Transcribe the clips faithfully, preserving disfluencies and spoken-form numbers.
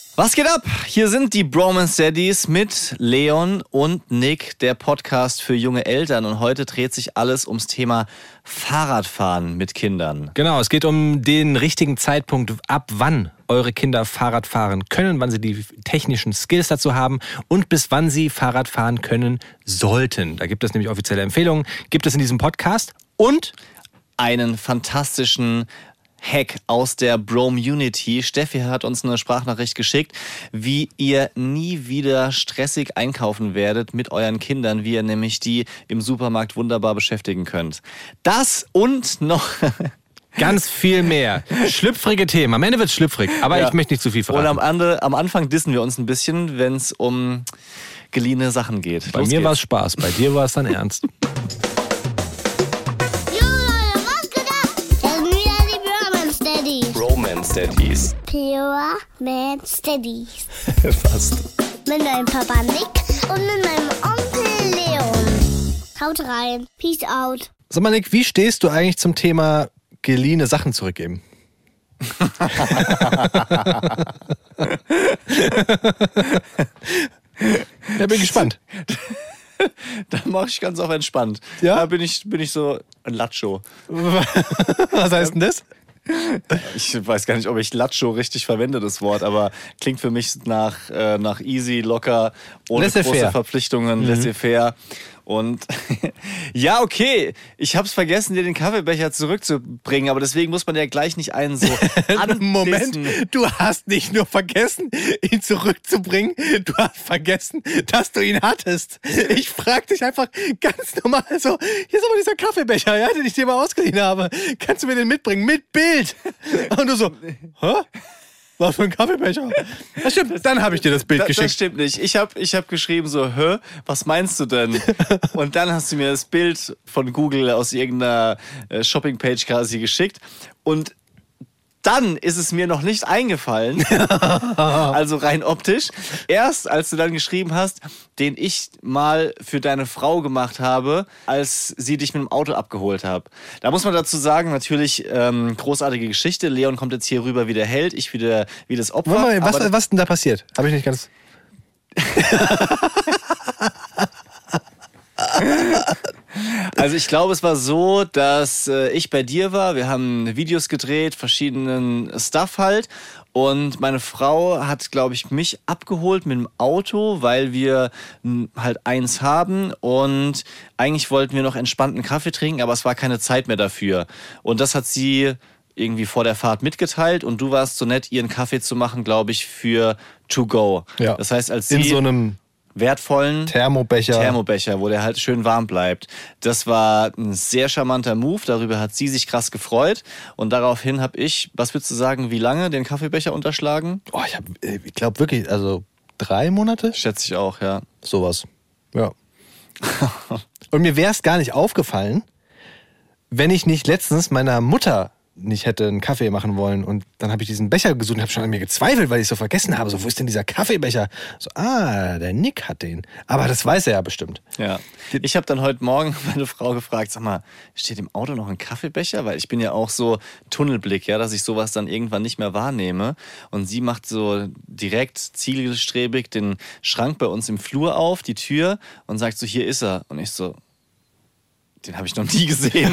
Was geht ab? Hier sind die Bromance Daddies mit Leon und Nick, der Podcast für junge Eltern. Und heute dreht sich alles ums Thema Fahrradfahren mit Kindern. Genau, es geht um den richtigen Zeitpunkt, ab wann eure Kinder Fahrrad fahren können, wann sie die technischen Skills dazu haben und bis wann sie Fahrrad fahren können sollten. Da gibt es nämlich offizielle Empfehlungen, gibt es in diesem Podcast und einen fantastischen Hack aus der Bromunity. Steffi hat uns eine Sprachnachricht geschickt, wie ihr nie wieder stressig einkaufen werdet mit euren Kindern, wie ihr nämlich die im Supermarkt wunderbar beschäftigen könnt. Das und noch ganz viel mehr. Schlüpfrige Themen. Am Ende wird es schlüpfrig, aber ja. Ich möchte nicht zu viel verraten. Und am, Ande, am Anfang dissen wir uns ein bisschen, wenn es um geliehene Sachen geht. Bei Los mir war es Spaß, bei dir war es dann ernst. Bromance Daddies. Pure Man Steadies. Fast. Mit meinem Papa Nick und mit meinem Onkel Leon. Haut rein. Peace out. Sag mal, Nick, wie stehst du eigentlich zum Thema geliehene Sachen zurückgeben? Ja, bin gespannt. Da mache ich ganz auf entspannt. Ja? Da bin ich, bin ich so ein Latscho. Was heißt denn das? Ich weiß gar nicht, ob ich Latscho richtig verwende, das Wort, aber klingt für mich nach, äh, nach easy, locker, ohne große Verpflichtungen, mhm. laissez-faire. Und ja, okay, ich hab's vergessen, dir den Kaffeebecher zurückzubringen, aber deswegen muss man ja gleich nicht einen so anbissen. Moment, du hast nicht nur vergessen, ihn zurückzubringen, du hast vergessen, dass du ihn hattest. Ich frag dich einfach ganz normal so, hier ist aber dieser Kaffeebecher, ja, den ich dir mal ausgeliehen habe. Kannst du mir den mitbringen? Mit Bild. Und du so, hä? Was für ein Kaffeebecher? Das stimmt, dann habe ich dir das Bild das, geschickt. Das stimmt nicht. Ich habe ich hab geschrieben so, hä, was meinst du denn? Und dann hast du mir das Bild von Google aus irgendeiner Shoppingpage quasi geschickt. Und dann ist es mir noch nicht eingefallen, also rein optisch, erst als du dann geschrieben hast, den ich mal für deine Frau gemacht habe, als sie dich mit dem Auto abgeholt hat. Da muss man dazu sagen, natürlich ähm, großartige Geschichte. Leon kommt jetzt hier rüber wie der Held, ich wie, der, wie das Opfer. Mal, was, was ist denn da passiert? Habe ich nicht ganz... Also ich glaube, es war so, dass äh, ich bei dir war. Wir haben Videos gedreht, verschiedenen Stuff halt. Und meine Frau hat, glaube ich, mich abgeholt mit dem Auto, weil wir m, halt eins haben. Und eigentlich wollten wir noch entspannten Kaffee trinken, aber es war keine Zeit mehr dafür. Und das hat sie irgendwie vor der Fahrt mitgeteilt. Und du warst so nett, ihren Kaffee zu machen, glaube ich, für To Go. Ja. Das heißt, als sie... In so einem... wertvollen Thermobecher. Thermobecher, wo der halt schön warm bleibt. Das war ein sehr charmanter Move, darüber hat sie sich krass gefreut und daraufhin habe ich, was würdest du sagen, wie lange den Kaffeebecher unterschlagen? Oh, ich, hab, ich glaube wirklich, also drei Monate? Schätze ich auch, ja. Sowas, ja. Und mir wäre es gar nicht aufgefallen, wenn ich nicht letztens meiner Mutter nicht hätte einen Kaffee machen wollen. Und dann habe ich diesen Becher gesucht und habe schon an mir gezweifelt, weil ich so vergessen habe. So, wo ist denn dieser Kaffeebecher? So, ah, der Nick hat den. Aber das weiß er ja bestimmt. Ja. Ich habe dann heute Morgen meine Frau gefragt, sag mal, steht im Auto noch ein Kaffeebecher? Weil ich bin ja auch so Tunnelblick, ja, dass ich sowas dann irgendwann nicht mehr wahrnehme. Und sie macht so direkt zielstrebig den Schrank bei uns im Flur auf, die Tür, und sagt so, hier ist er. Und ich so, den habe ich noch nie gesehen.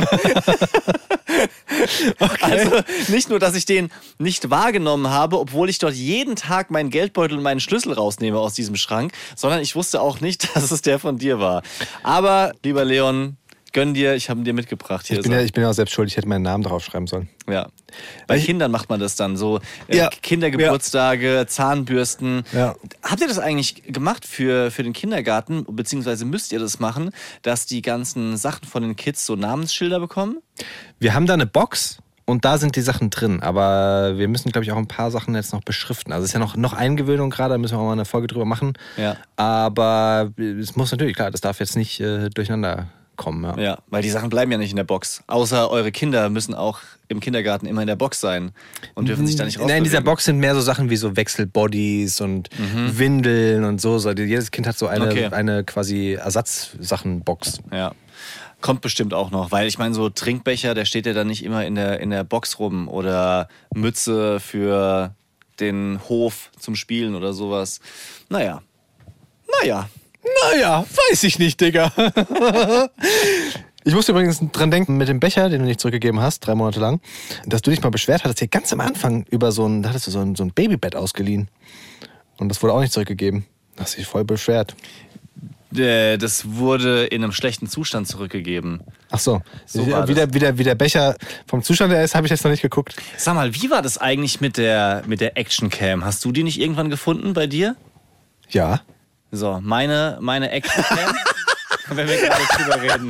Okay. Also nicht nur, dass ich den nicht wahrgenommen habe, obwohl ich dort jeden Tag meinen Geldbeutel und meinen Schlüssel rausnehme aus diesem Schrank, sondern ich wusste auch nicht, dass es der von dir war. Aber, lieber Leon, gönn dir, ich habe ihn dir mitgebracht. Hier ich, bin ja, ich bin ja auch selbst schuld, ich hätte meinen Namen draufschreiben sollen. Ja. Bei ich, Kindern macht man das dann so. Äh, ja, Kindergeburtstage, ja. Zahnbürsten. Ja. Habt ihr das eigentlich gemacht für, für den Kindergarten, beziehungsweise müsst ihr das machen, dass die ganzen Sachen von den Kids so Namensschilder bekommen? Wir haben da eine Box und da sind die Sachen drin, aber wir müssen, glaube ich, auch ein paar Sachen jetzt noch beschriften. Also es ist ja noch, noch Eingewöhnung gerade, da müssen wir auch mal eine Folge drüber machen. Ja. Aber es muss natürlich, klar, das darf jetzt nicht äh, durcheinander kommen. Ja. ja, weil die Sachen bleiben ja nicht in der Box. Außer eure Kinder müssen auch im Kindergarten immer in der Box sein und dürfen sich da nicht rausbewegen. Nein, in dieser Box sind mehr so Sachen wie so Wechselbodies und mhm. Windeln und so. so. Jedes Kind hat so eine, okay. eine quasi Ersatzsachenbox. Ja. Kommt bestimmt auch noch, weil ich meine, so Trinkbecher, der steht ja dann nicht immer in der, in der Box rum oder Mütze für den Hof zum Spielen oder sowas. Naja. Naja. Naja, weiß ich nicht, Digga. Ich musste übrigens dran denken, mit dem Becher, den du nicht zurückgegeben hast, drei Monate lang, dass du dich mal beschwert hattest, hier ganz am Anfang über so ein, da hattest du so ein, so ein Babybett ausgeliehen. Und das wurde auch nicht zurückgegeben. Da hast du dich voll beschwert. Das wurde in einem schlechten Zustand zurückgegeben. Ach so, so wie, wie, der, wie, der, wie der Becher vom Zustand der ist, habe ich jetzt noch nicht geguckt. Sag mal, wie war das eigentlich mit der, mit der Actioncam? Hast du die nicht irgendwann gefunden bei dir? Ja. So, meine, meine Actioncam, wenn wir gerade drüber reden.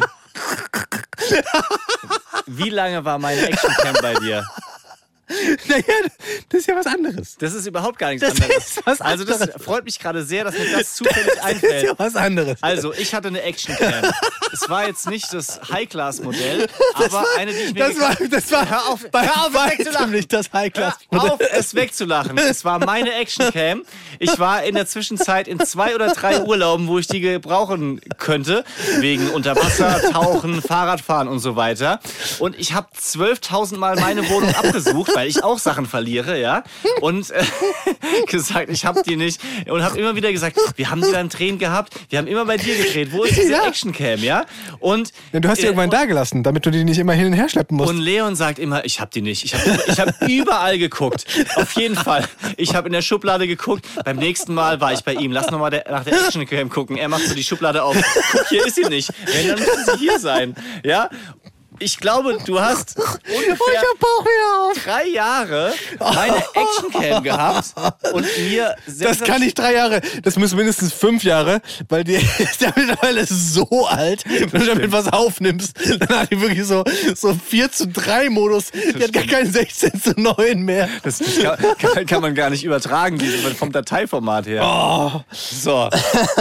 Wie lange war meine Actioncam bei dir? Naja, das ist ja was anderes. Das ist überhaupt gar nichts das anderes. Ist was anderes. Also das freut mich gerade sehr, dass mir das zufällig das einfällt. Das ist ja was anderes. Also, ich hatte eine Actioncam. Es war jetzt nicht das High-Class-Modell, aber war, eine, die ich mir... Das war, das war hör auf, bei hör auf es wegzulachen. Nicht das High-Class-Modell. Hör auf, es wegzulachen. Es war meine Actioncam. Ich war in der Zwischenzeit in zwei oder drei Urlauben, wo ich die gebrauchen könnte. Wegen Unterwasser, Tauchen, Fahrradfahren und so weiter. Und ich habe zwölftausend Mal meine Wohnung abgesucht, weil ich auch Sachen verliere, ja. Und äh, gesagt, ich habe die nicht. Und habe immer wieder gesagt, wir haben die beim Drehen gehabt. Wir haben immer bei dir gedreht. Wo ist diese Ja. Actioncam, ja? Und Ja, du hast die äh, irgendwann da gelassen, damit du die nicht immer hin und her schleppen musst. Und Leon sagt immer, ich hab die nicht. Ich habe ich hab überall geguckt. Auf jeden Fall. Ich habe in der Schublade geguckt. Beim nächsten Mal war ich bei ihm. Lass nochmal nach der Actioncam gucken. Er macht so die Schublade auf. Guck, hier ist sie nicht. Wenn, dann müsste sie hier sein. Ja? Ich glaube, du hast ungefähr drei Jahre meine Actioncam gehabt und mir... Das kann nicht drei Jahre, das müssen mindestens fünf Jahre, weil die ist ja mittlerweile so alt, wenn du damit was aufnimmst, dann hat die wirklich so, so vier zu drei Modus, die hat gar keinen sechzehn zu neun mehr. Das, das kann, kann, kann man gar nicht übertragen, diese, vom Dateiformat her. Oh. So.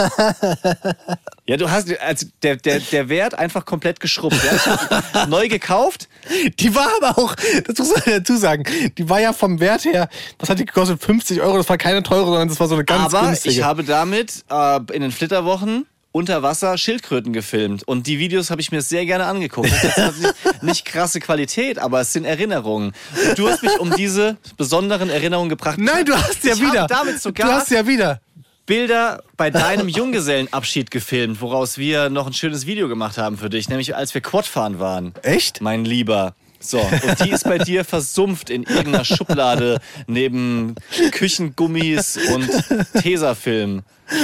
Ja, du hast also der, der, der Wert einfach komplett geschrubbt. Ja? Ich hab neu gekauft. Die war aber auch, das muss man dazu sagen, die war ja vom Wert her, was hat die gekostet? fünfzig Euro, das war keine teure, sondern das war so eine ganz aber günstige. ich habe damit äh, in den Flitterwochen unter Wasser Schildkröten gefilmt. Und die Videos habe ich mir sehr gerne angeguckt. Das ist jetzt nicht, nicht krasse Qualität, aber es sind Erinnerungen. Und du hast mich um diese besonderen Erinnerungen gebracht. Nein, du hast ja ich wieder. Habe damit sogar du hast ja wieder. Bilder bei deinem Junggesellenabschied gefilmt, woraus wir noch ein schönes Video gemacht haben für dich, nämlich als wir Quadfahren waren. Echt? Mein Lieber. So, und die ist bei dir versumpft in irgendeiner Schublade neben Küchengummis und Tesafilm.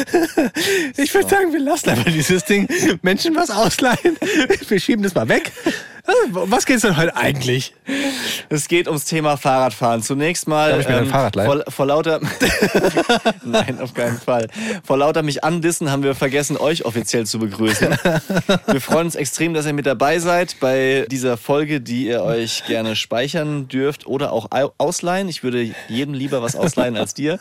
Ich würde sagen, wir lassen aber dieses Ding Menschen was ausleihen. Wir schieben das mal weg. Was geht's denn heute eigentlich? Es geht ums Thema Fahrradfahren. Zunächst mal Darf ich mir ein Fahrrad leihen? vor, vor lauter Nein, auf keinen Fall. Vor lauter mich andissen haben wir vergessen, euch offiziell zu begrüßen. Wir freuen uns extrem, dass ihr mit dabei seid bei dieser Folge, die ihr euch gerne speichern dürft oder auch ausleihen. Ich würde jedem lieber was ausleihen als dir.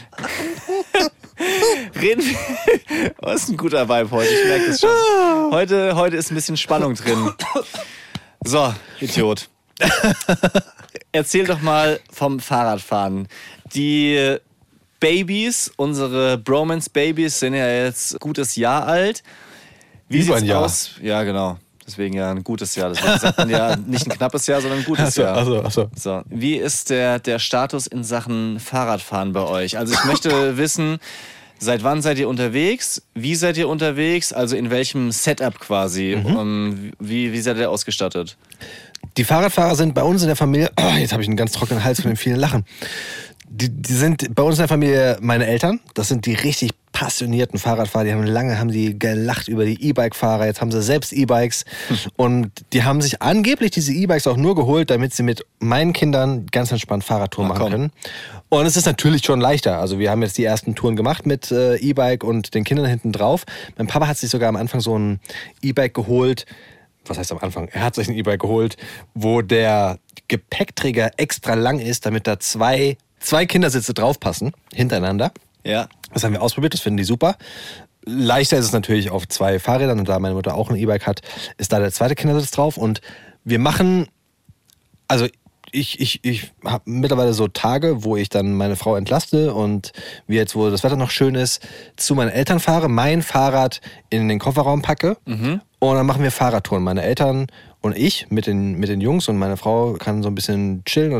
Reden wir. Oh, ist ein guter Vibe heute, ich merke das schon. Heute, heute ist ein bisschen Spannung drin. So, Idiot. Erzähl doch mal vom Fahrradfahren. Die Babys, unsere Bromance-Babys, sind ja jetzt gutes Jahr alt. Wie Über ein sieht's Jahr. aus? Ja, genau. Deswegen ja ein gutes Jahr. Deswegen sagt man ja nicht ein knappes Jahr, sondern ein gutes Achso, Jahr. achso, achso. So, wie ist der, der Status in Sachen Fahrradfahren bei euch? Also ich möchte wissen, seit wann seid ihr unterwegs? Wie seid ihr unterwegs? Also in welchem Setup quasi? Mhm. Um, wie, wie seid ihr ausgestattet? Die Fahrradfahrer sind bei uns in der Familie, oh, jetzt habe ich einen ganz trockenen Hals von den vielen Lachen. Die, die sind bei uns in der Familie meine Eltern. Das sind die richtig passionierten Fahrradfahrer. Die haben lange haben die gelacht über die E-Bike-Fahrer. Jetzt haben sie selbst E-Bikes. Und die haben sich angeblich diese E-Bikes auch nur geholt, damit sie mit meinen Kindern ganz entspannt Fahrradtour Ach, machen komm. können. Und es ist natürlich schon leichter. Also wir haben jetzt die ersten Touren gemacht mit äh, E-Bike und den Kindern hinten drauf. Mein Papa hat sich sogar am Anfang so ein E-Bike geholt. Was heißt am Anfang? Er hat sich ein E-Bike geholt, wo der Gepäckträger extra lang ist, damit da zwei, zwei Kindersitze draufpassen, hintereinander. Ja. Das haben wir ausprobiert, das finden die super. Leichter ist es natürlich auf zwei Fahrrädern und da meine Mutter auch ein E-Bike hat, ist da der zweite Kindersitz drauf. Und wir machen, also ich, ich, ich habe mittlerweile so Tage, wo ich dann meine Frau entlaste und wie jetzt, wo das Wetter noch schön ist, zu meinen Eltern fahre, mein Fahrrad in den Kofferraum packe mhm. und dann machen wir Fahrradtouren. Meine Eltern und ich mit den, mit den Jungs und meine Frau kann so ein bisschen chillen und hat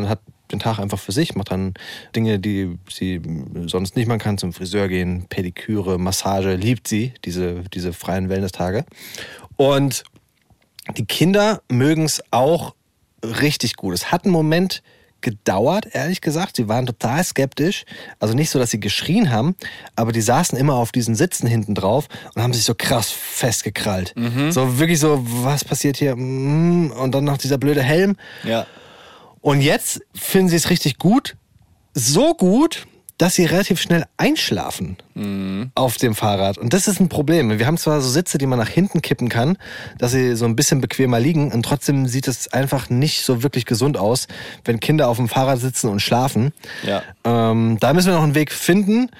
den Tag einfach für sich, macht dann Dinge, die sie sonst nicht machen kann, zum Friseur gehen, Pediküre, Massage, liebt sie, diese, diese freien Wellness-Tage. Und die Kinder mögen es auch richtig gut. Es hat einen Moment gedauert, ehrlich gesagt. Sie waren total skeptisch. Also nicht so, dass sie geschrien haben, aber die saßen immer auf diesen Sitzen hinten drauf und haben sich so krass festgekrallt. Mhm. So wirklich so, was passiert hier? Und dann noch dieser blöde Helm. Ja. Und jetzt finden sie es richtig gut. So gut, dass sie relativ schnell einschlafen mhm. auf dem Fahrrad. Und das ist ein Problem. Wir haben zwar so Sitze, die man nach hinten kippen kann, dass sie so ein bisschen bequemer liegen und trotzdem sieht es einfach nicht so wirklich gesund aus, wenn Kinder auf dem Fahrrad sitzen und schlafen. Ja. Ähm, da müssen wir noch einen Weg finden.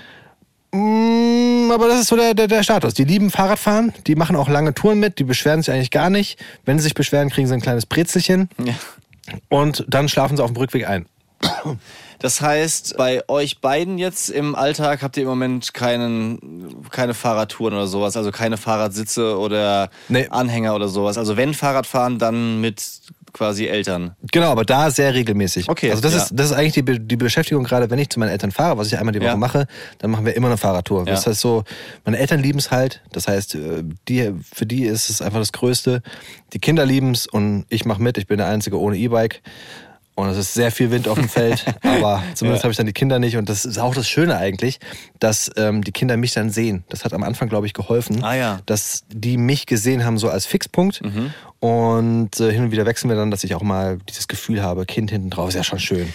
Mm, aber das ist so der, der, der Status. Die lieben Fahrradfahren, die machen auch lange Touren mit, die beschweren sich eigentlich gar nicht. Wenn sie sich beschweren, kriegen sie ein kleines Brezelchen ja. und dann schlafen sie auf dem Rückweg ein. Das heißt, bei euch beiden jetzt im Alltag habt ihr im Moment keinen, keine Fahrradtouren oder sowas, also keine Fahrradsitze oder nee. Anhänger oder sowas. Also wenn Fahrradfahren, dann mit quasi Eltern. Genau, aber da sehr regelmäßig. Okay. Also das ja. ist das ist eigentlich die, Be- die Beschäftigung, gerade wenn ich zu meinen Eltern fahre, was ich einmal die Woche ja. mache, dann machen wir immer eine Fahrradtour. Ja. Das heißt so, meine Eltern lieben es halt, das heißt, die, für die ist es einfach das Größte. Die Kinder lieben es und ich mache mit, ich bin der Einzige ohne E-Bike. Und es ist sehr viel Wind auf dem Feld, aber zumindest ja. habe ich dann die Kinder nicht. Und das ist auch das Schöne eigentlich, dass ähm, die Kinder mich dann sehen. Das hat am Anfang, glaube ich, geholfen, ah, ja. dass die mich gesehen haben so als Fixpunkt. Mhm. Und äh, hin und wieder wechseln wir dann, dass ich auch mal dieses Gefühl habe, Kind hinten drauf, ist ja schon schön.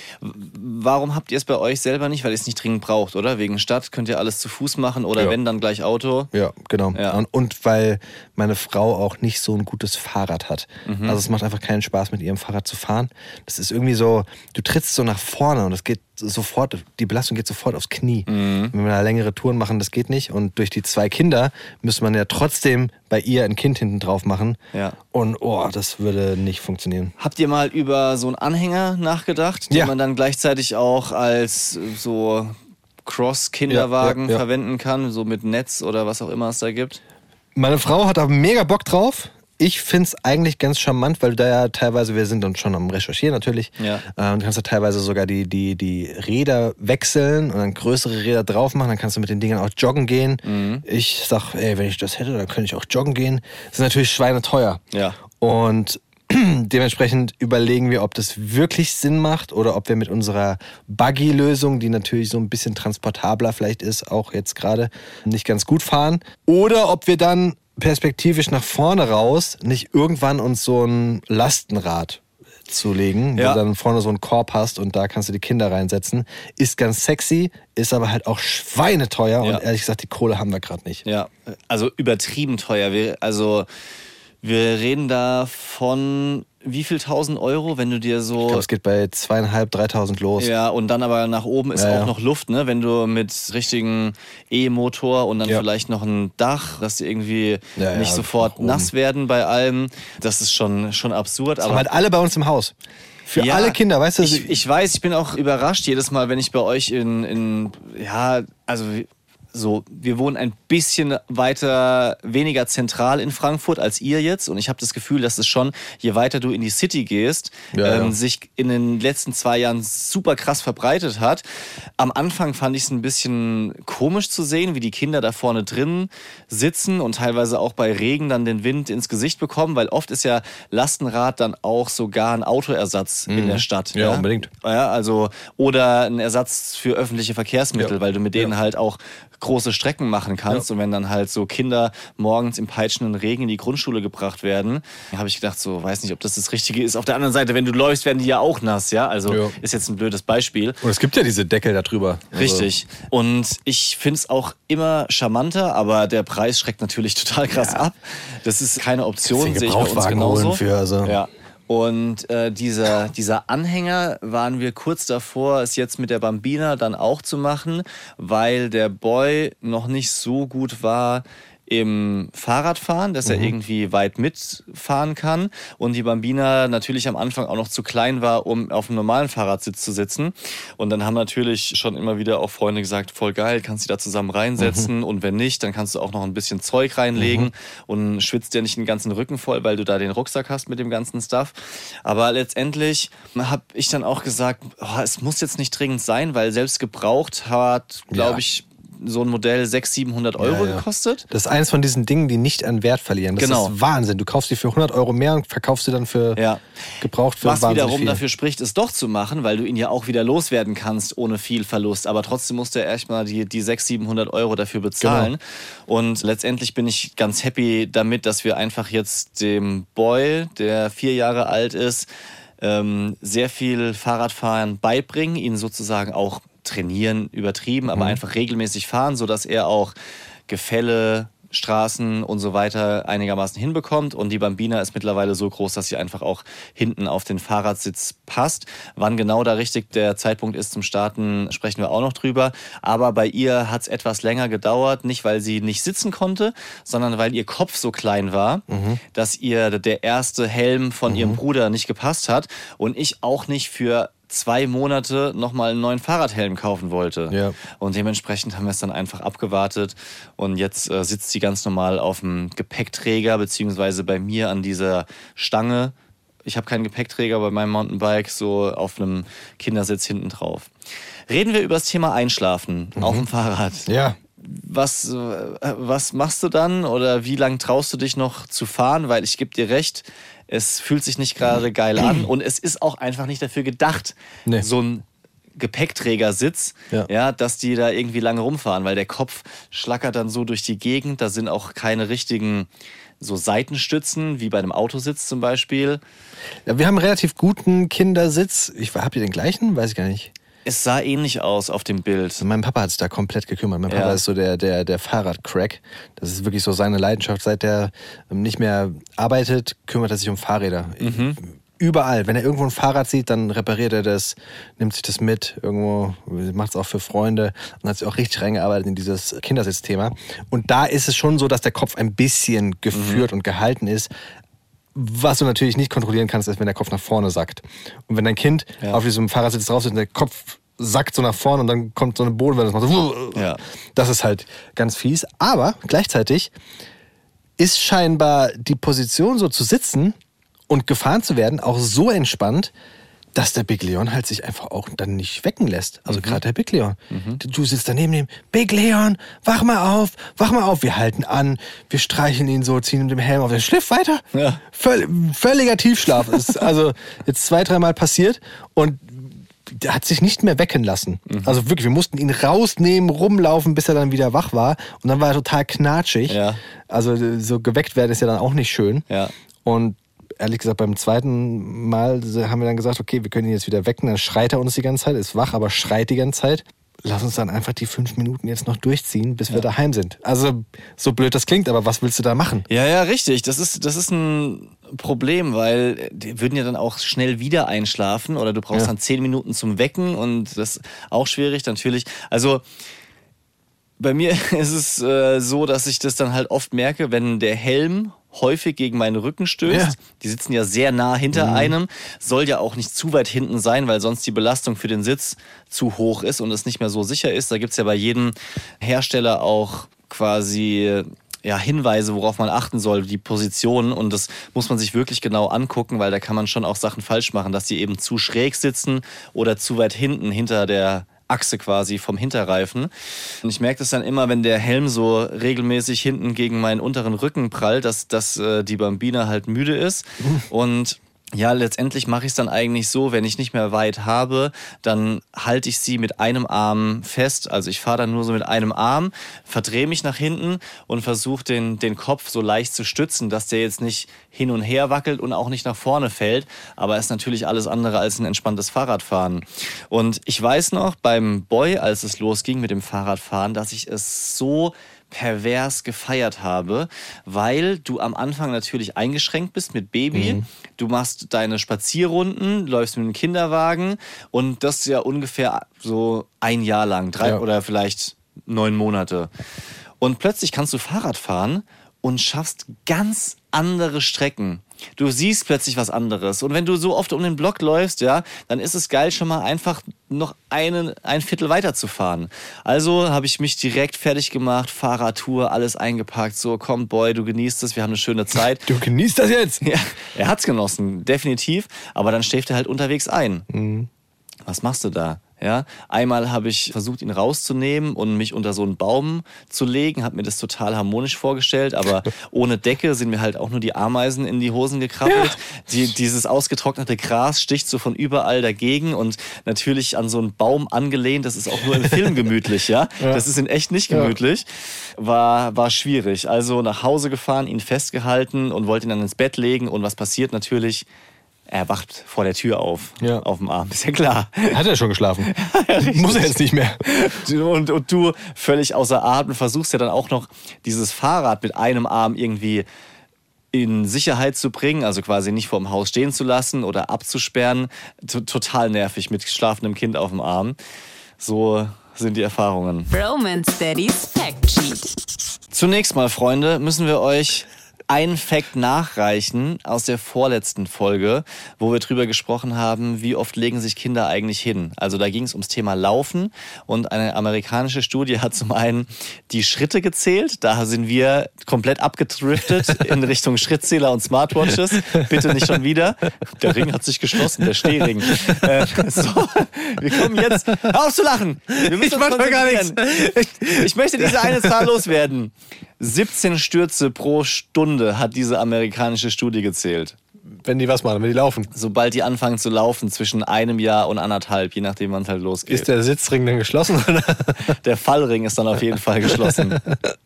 Warum habt ihr es bei euch selber nicht? Weil ihr es nicht dringend braucht, oder? Wegen Stadt könnt ihr alles zu Fuß machen oder ja. wenn, dann gleich Auto? Ja, genau. Ja. Und, und weil meine Frau auch nicht so ein gutes Fahrrad hat. Mhm. Also es macht einfach keinen Spaß, mit ihrem Fahrrad zu fahren. Das ist irgendwie so, du trittst so nach vorne und es geht sofort, die Belastung geht sofort aufs Knie. Mhm. Wenn wir da längere Touren machen, das geht nicht. Und durch die zwei Kinder müsste man ja trotzdem bei ihr ein Kind hinten drauf machen. Ja. Und oh, das würde nicht funktionieren. Habt ihr mal über so einen Anhänger nachgedacht, den ja. man dann gleichzeitig auch als so Cross-Kinderwagen ja, ja, ja. verwenden kann, so mit Netz oder was auch immer es da gibt? Meine Frau hat da mega Bock drauf. Ich finde es eigentlich ganz charmant, weil du da ja teilweise, wir sind dann schon am Recherchieren natürlich, ja. ähm, du kannst da teilweise sogar die, die, die Räder wechseln und dann größere Räder drauf machen, dann kannst du mit den Dingern auch joggen gehen. Mhm. Ich sag, ey, wenn ich das hätte, dann könnte ich auch joggen gehen. Das ist natürlich schweineteuer. Ja. Und dementsprechend überlegen wir, ob das wirklich Sinn macht oder ob wir mit unserer Buggy-Lösung, die natürlich so ein bisschen transportabler vielleicht ist, auch jetzt gerade nicht ganz gut fahren. Oder ob wir dann perspektivisch nach vorne raus nicht irgendwann uns so ein Lastenrad zulegen, ja. wo du dann vorne so einen Korb hast und da kannst du die Kinder reinsetzen. Ist ganz sexy, ist aber halt auch schweineteuer ja. und ehrlich gesagt, die Kohle haben wir gerade nicht. Ja, also übertrieben teuer. Wir, also wir reden da von wie viel tausend Euro, wenn du dir so... Ich glaube, es geht bei zweieinhalb, dreitausend los. Ja, und dann aber nach oben ist ja, auch ja. noch Luft, ne? Wenn du mit richtigen E-Motor und dann ja. vielleicht noch ein Dach, dass die irgendwie ja, nicht ja, sofort nass werden bei allem. Das ist schon, schon absurd. Das aber haben halt alle bei uns im Haus. Für ja, alle Kinder, weißt du? Ich, ich weiß, ich bin auch überrascht jedes Mal, wenn ich bei euch in, in ja, also... So, wir wohnen ein bisschen weiter, weniger zentral in Frankfurt als ihr jetzt. Und ich habe das Gefühl, dass es schon, je weiter du in die City gehst, ja, ähm, ja. sich in den letzten zwei Jahren super krass verbreitet hat. Am Anfang fand ich es ein bisschen komisch zu sehen, wie die Kinder da vorne drin sitzen und teilweise auch bei Regen dann den Wind ins Gesicht bekommen, weil oft ist ja Lastenrad dann auch sogar ein Autoersatz mhm. in der Stadt. Ja, ja, unbedingt. Ja, also, oder ein Ersatz für öffentliche Verkehrsmittel, ja. weil du mit denen ja. halt auch große Strecken machen kannst. Ja. Und wenn dann halt so Kinder morgens im peitschenden Regen in die Grundschule gebracht werden, habe ich gedacht, so, weiß nicht, ob das das Richtige ist. Auf der anderen Seite, wenn du läufst, werden die ja auch nass, ja? Also ja. ist jetzt ein blödes Beispiel. Und es gibt ja diese Deckel da drüber. Richtig. Also. Und ich finde es auch immer charmanter, aber der Preis schreckt natürlich total krass ja. ab. Das ist keine Option, sehe ich bei uns genauso. Für, also. Ja. Und äh, dieser, dieser Anhänger waren wir kurz davor, es jetzt mit der Bambina dann auch zu machen, weil der Boy noch nicht so gut war im Fahrradfahren, dass er Mhm. irgendwie weit mitfahren kann und die Bambina natürlich am Anfang auch noch zu klein war, um auf einem normalen Fahrradsitz zu sitzen. Und dann haben natürlich schon immer wieder auch Freunde gesagt, voll geil, kannst du da zusammen reinsetzen Mhm. und wenn nicht, dann kannst du auch noch ein bisschen Zeug reinlegen Mhm. und schwitzt dir nicht den ganzen Rücken voll, weil du da den Rucksack hast mit dem ganzen Stuff. Aber letztendlich habe ich dann auch gesagt, oh, es muss jetzt nicht dringend sein, weil selbst gebraucht hat, glaube Ja. ich, so ein Modell sechshundert, siebenhundert Euro Ja, ja. gekostet. Das ist eins von diesen Dingen, die nicht an Wert verlieren. Das Genau. ist Wahnsinn. Du kaufst die für hundert Euro mehr und verkaufst sie dann für Ja. gebraucht für Was wahnsinnig wiederum viel. dafür spricht, es doch zu machen, weil du ihn ja auch wieder loswerden kannst ohne viel Verlust. Aber trotzdem musst du ja erstmal die, die sechshundert, siebenhundert Euro dafür bezahlen. Genau. Und letztendlich bin ich ganz happy damit, dass wir einfach jetzt dem Boy, der vier Jahre alt ist, ähm, sehr viel Fahrradfahren beibringen, ihn sozusagen auch trainieren, übertrieben, aber Mhm. einfach regelmäßig fahren, sodass er auch Gefälle, Straßen und so weiter einigermaßen hinbekommt. Und die Bambina ist mittlerweile so groß, dass sie einfach auch hinten auf den Fahrradsitz passt. Wann genau da richtig der Zeitpunkt ist zum Starten, sprechen wir auch noch drüber. Aber bei ihr hat es etwas länger gedauert, nicht weil sie nicht sitzen konnte, sondern weil ihr Kopf so klein war, Mhm. dass ihr der erste Helm von ihrem Bruder nicht gepasst hat und ich auch nicht für zwei Monate nochmal einen neuen Fahrradhelm kaufen wollte. Ja. Und dementsprechend haben wir es dann einfach abgewartet und jetzt äh, sitzt sie ganz normal auf dem Gepäckträger beziehungsweise bei mir an dieser Stange. Ich habe keinen Gepäckträger bei meinem Mountainbike, so auf einem Kindersitz hinten drauf. Reden wir über das Thema Einschlafen auf dem Fahrrad. Ja. Was, äh, was machst du dann oder wie lang traust du dich noch zu fahren? Weil ich gebe dir recht, es fühlt sich nicht gerade geil an und es ist auch einfach nicht dafür gedacht, Nee. so ein Gepäckträgersitz, Ja. ja, dass die da irgendwie lange rumfahren, weil der Kopf schlackert dann so durch die Gegend. Da sind auch keine richtigen so Seitenstützen, wie bei einem Autositz zum Beispiel. Ja, wir haben einen relativ guten Kindersitz. Ich, habt ihr den gleichen? Weiß ich gar nicht. Es sah ähnlich aus auf dem Bild. Mein Papa hat sich da komplett gekümmert. Mein Ja. Papa ist so der, der, der Fahrradcrack. Das ist wirklich so seine Leidenschaft. Seit er ähm, nicht mehr arbeitet, kümmert er sich um Fahrräder. Mhm. Überall. Wenn er irgendwo ein Fahrrad sieht, dann repariert er das, nimmt sich das mit, irgendwo, macht es auch für Freunde und hat sich auch richtig reingearbeitet in dieses Kindersitzthema. Und da ist es schon so, dass der Kopf ein bisschen geführt Mhm. und gehalten ist. Was du natürlich nicht kontrollieren kannst, ist, wenn der Kopf nach vorne sackt. Und wenn dein Kind Ja. auf diesem Fahrradsitz drauf sitzt und der Kopf sackt so nach vorne und dann kommt so eine Bodenwelle, das macht so, Ja. das ist halt ganz fies. Aber gleichzeitig ist scheinbar die Position so zu sitzen und gefahren zu werden auch so entspannt, dass der Big Leon halt sich einfach auch dann nicht wecken lässt. Also gerade der Big Leon. Du, du sitzt daneben dem Big Leon, wach mal auf, wach mal auf. Wir halten an, wir streicheln ihn so, ziehen ihm den Helm auf. Der schläft weiter. Ja. Völl, völliger Tiefschlaf. Ist also jetzt zwei, dreimal passiert und der hat sich nicht mehr wecken lassen. Also wirklich, wir mussten ihn rausnehmen, rumlaufen, bis er dann wieder wach war. Und dann war er total knatschig. Ja. Also so geweckt werden ist ja dann auch nicht schön. Ja. Und ehrlich gesagt, beim zweiten Mal haben wir dann gesagt, okay, wir können ihn jetzt wieder wecken. Dann schreit er uns die ganze Zeit, ist wach, aber schreit die ganze Zeit. Lass uns dann einfach die fünf Minuten jetzt noch durchziehen, bis wir daheim sind. Also so blöd das klingt, aber was willst du da machen? Ja, ja, richtig. Das ist, das ist ein Problem, weil die würden ja dann auch schnell wieder einschlafen oder du brauchst Ja. dann zehn Minuten zum Wecken und das ist auch schwierig natürlich. Also bei mir ist es äh, so, dass ich das dann halt oft merke, wenn der Helm häufig gegen meinen Rücken stößt. Ja. Die sitzen ja sehr nah hinter einem. Soll ja auch nicht zu weit hinten sein, weil sonst die Belastung für den Sitz zu hoch ist und es nicht mehr so sicher ist. Da gibt's ja bei jedem Hersteller auch quasi ja, Hinweise, worauf man achten soll, die Positionen. Und das muss man sich wirklich genau angucken, weil da kann man schon auch Sachen falsch machen, dass die eben zu schräg sitzen oder zu weit hinten hinter der Achse quasi vom Hinterreifen. Und ich merke das dann immer, wenn der Helm so regelmäßig hinten gegen meinen unteren Rücken prallt, dass, dass äh, die Bambina halt müde ist. Und ja, letztendlich mache ich es dann eigentlich so, wenn ich nicht mehr weit habe, dann halte ich sie mit einem Arm fest. Also ich fahre dann nur so mit einem Arm, verdrehe mich nach hinten und versuche den, den Kopf so leicht zu stützen, dass der jetzt nicht hin und her wackelt und auch nicht nach vorne fällt. Aber ist natürlich alles andere als ein entspanntes Fahrradfahren. Und ich weiß noch, beim Boy, als es losging mit dem Fahrradfahren, dass ich es so pervers gefeiert habe, weil du am Anfang natürlich eingeschränkt bist mit Baby. Mhm. Du machst deine Spazierrunden, läufst mit dem Kinderwagen und das ja ungefähr so ein Jahr lang, drei Ja. oder vielleicht neun Monate. Und plötzlich kannst du Fahrrad fahren und schaffst ganz andere Strecken. Du siehst plötzlich was anderes. Und wenn du so oft um den Block läufst, ja, dann ist es geil, schon mal einfach noch einen, ein Viertel weiter zu fahren. Also habe ich mich direkt fertig gemacht, Fahrradtour, alles eingepackt. So, komm, Boy, du genießt es, wir haben eine schöne Zeit. Du genießt das jetzt? Ja, er hat's genossen, definitiv. Aber dann schläft er halt unterwegs ein. Mhm. Was machst du da? Ja, einmal habe ich versucht, ihn rauszunehmen und mich unter so einen Baum zu legen, habe mir das total harmonisch vorgestellt, aber ohne Decke sind mir halt auch nur die Ameisen in die Hosen gekrabbelt. Ja. Die, dieses ausgetrocknete Gras sticht so von überall dagegen und natürlich an so einen Baum angelehnt, das ist auch nur im Film gemütlich, ja. ja. Das ist in echt nicht gemütlich. War, war schwierig. Also nach Hause gefahren, ihn festgehalten und wollte ihn dann ins Bett legen und was passiert natürlich? Er wacht vor der Tür auf, ja. auf dem Arm. Ist ja klar. Hat er schon geschlafen? Ja, muss er jetzt nicht mehr. Und, und du völlig außer Atem versuchst ja dann auch noch dieses Fahrrad mit einem Arm irgendwie in Sicherheit zu bringen, also quasi nicht vor dem Haus stehen zu lassen oder abzusperren. T- total nervig mit schlafendem Kind auf dem Arm. So sind die Erfahrungen. Bromance Daddy's Fact Sheet. Zunächst mal, Freunde, müssen wir euch einen Fact nachreichen aus der vorletzten Folge, wo wir drüber gesprochen haben, wie oft legen sich Kinder eigentlich hin. Also da ging es ums Thema Laufen und eine amerikanische Studie hat zum einen die Schritte gezählt. Da sind wir komplett abgedriftet in Richtung Schrittzähler und Smartwatches. Bitte nicht schon wieder. Der Ring hat sich geschlossen, der Stehring. Äh, so, wir kommen jetzt. Hör auf zu lachen! Wir müssen ich mach doch gar nichts. Ich, ich möchte diese eine Zahl loswerden. siebzehn Stürze pro Stunde hat diese amerikanische Studie gezählt. Wenn die was machen, wenn die laufen. Sobald die anfangen zu laufen, zwischen einem Jahr und anderthalb, je nachdem, wann es halt losgeht. Ist der Sitzring dann geschlossen? Oder? Der Fallring ist dann auf jeden Fall geschlossen.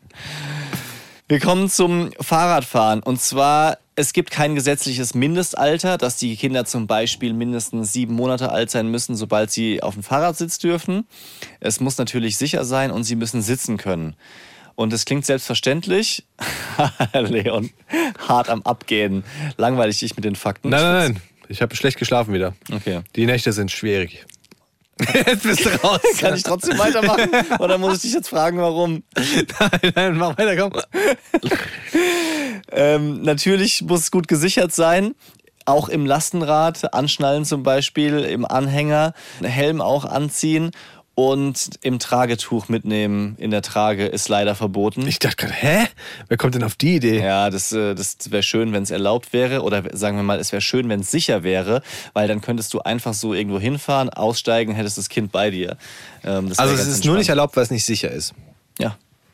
Wir kommen zum Fahrradfahren. Und zwar, es gibt kein gesetzliches Mindestalter, dass die Kinder zum Beispiel mindestens sieben Monate alt sein müssen, sobald sie auf dem Fahrradsitz dürfen. Es muss natürlich sicher sein und sie müssen sitzen können. Und es klingt selbstverständlich. Leon, hart am Abgehen. Langweilig dich mit den Fakten. Nein, nein, nein. Ich habe schlecht geschlafen wieder. Okay. Die Nächte sind schwierig. Jetzt bist du raus. Kann ich trotzdem weitermachen? Oder muss ich dich jetzt fragen, warum? Nein, nein, mach weiter, komm. ähm, natürlich muss es gut gesichert sein. Auch im Lastenrad, anschnallen zum Beispiel, im Anhänger, einen Helm auch anziehen. Und im Tragetuch mitnehmen in der Trage ist leider verboten. Ich dachte gerade, hä? Wer kommt denn auf die Idee? Ja, das, das wäre schön, wenn es erlaubt wäre. Oder sagen wir mal, es wäre schön, wenn es sicher wäre. Weil dann könntest du einfach so irgendwo hinfahren, aussteigen, hättest das Kind bei dir. Ähm, das also es ist entspannt. nur nicht erlaubt, weil es nicht sicher ist. Ja.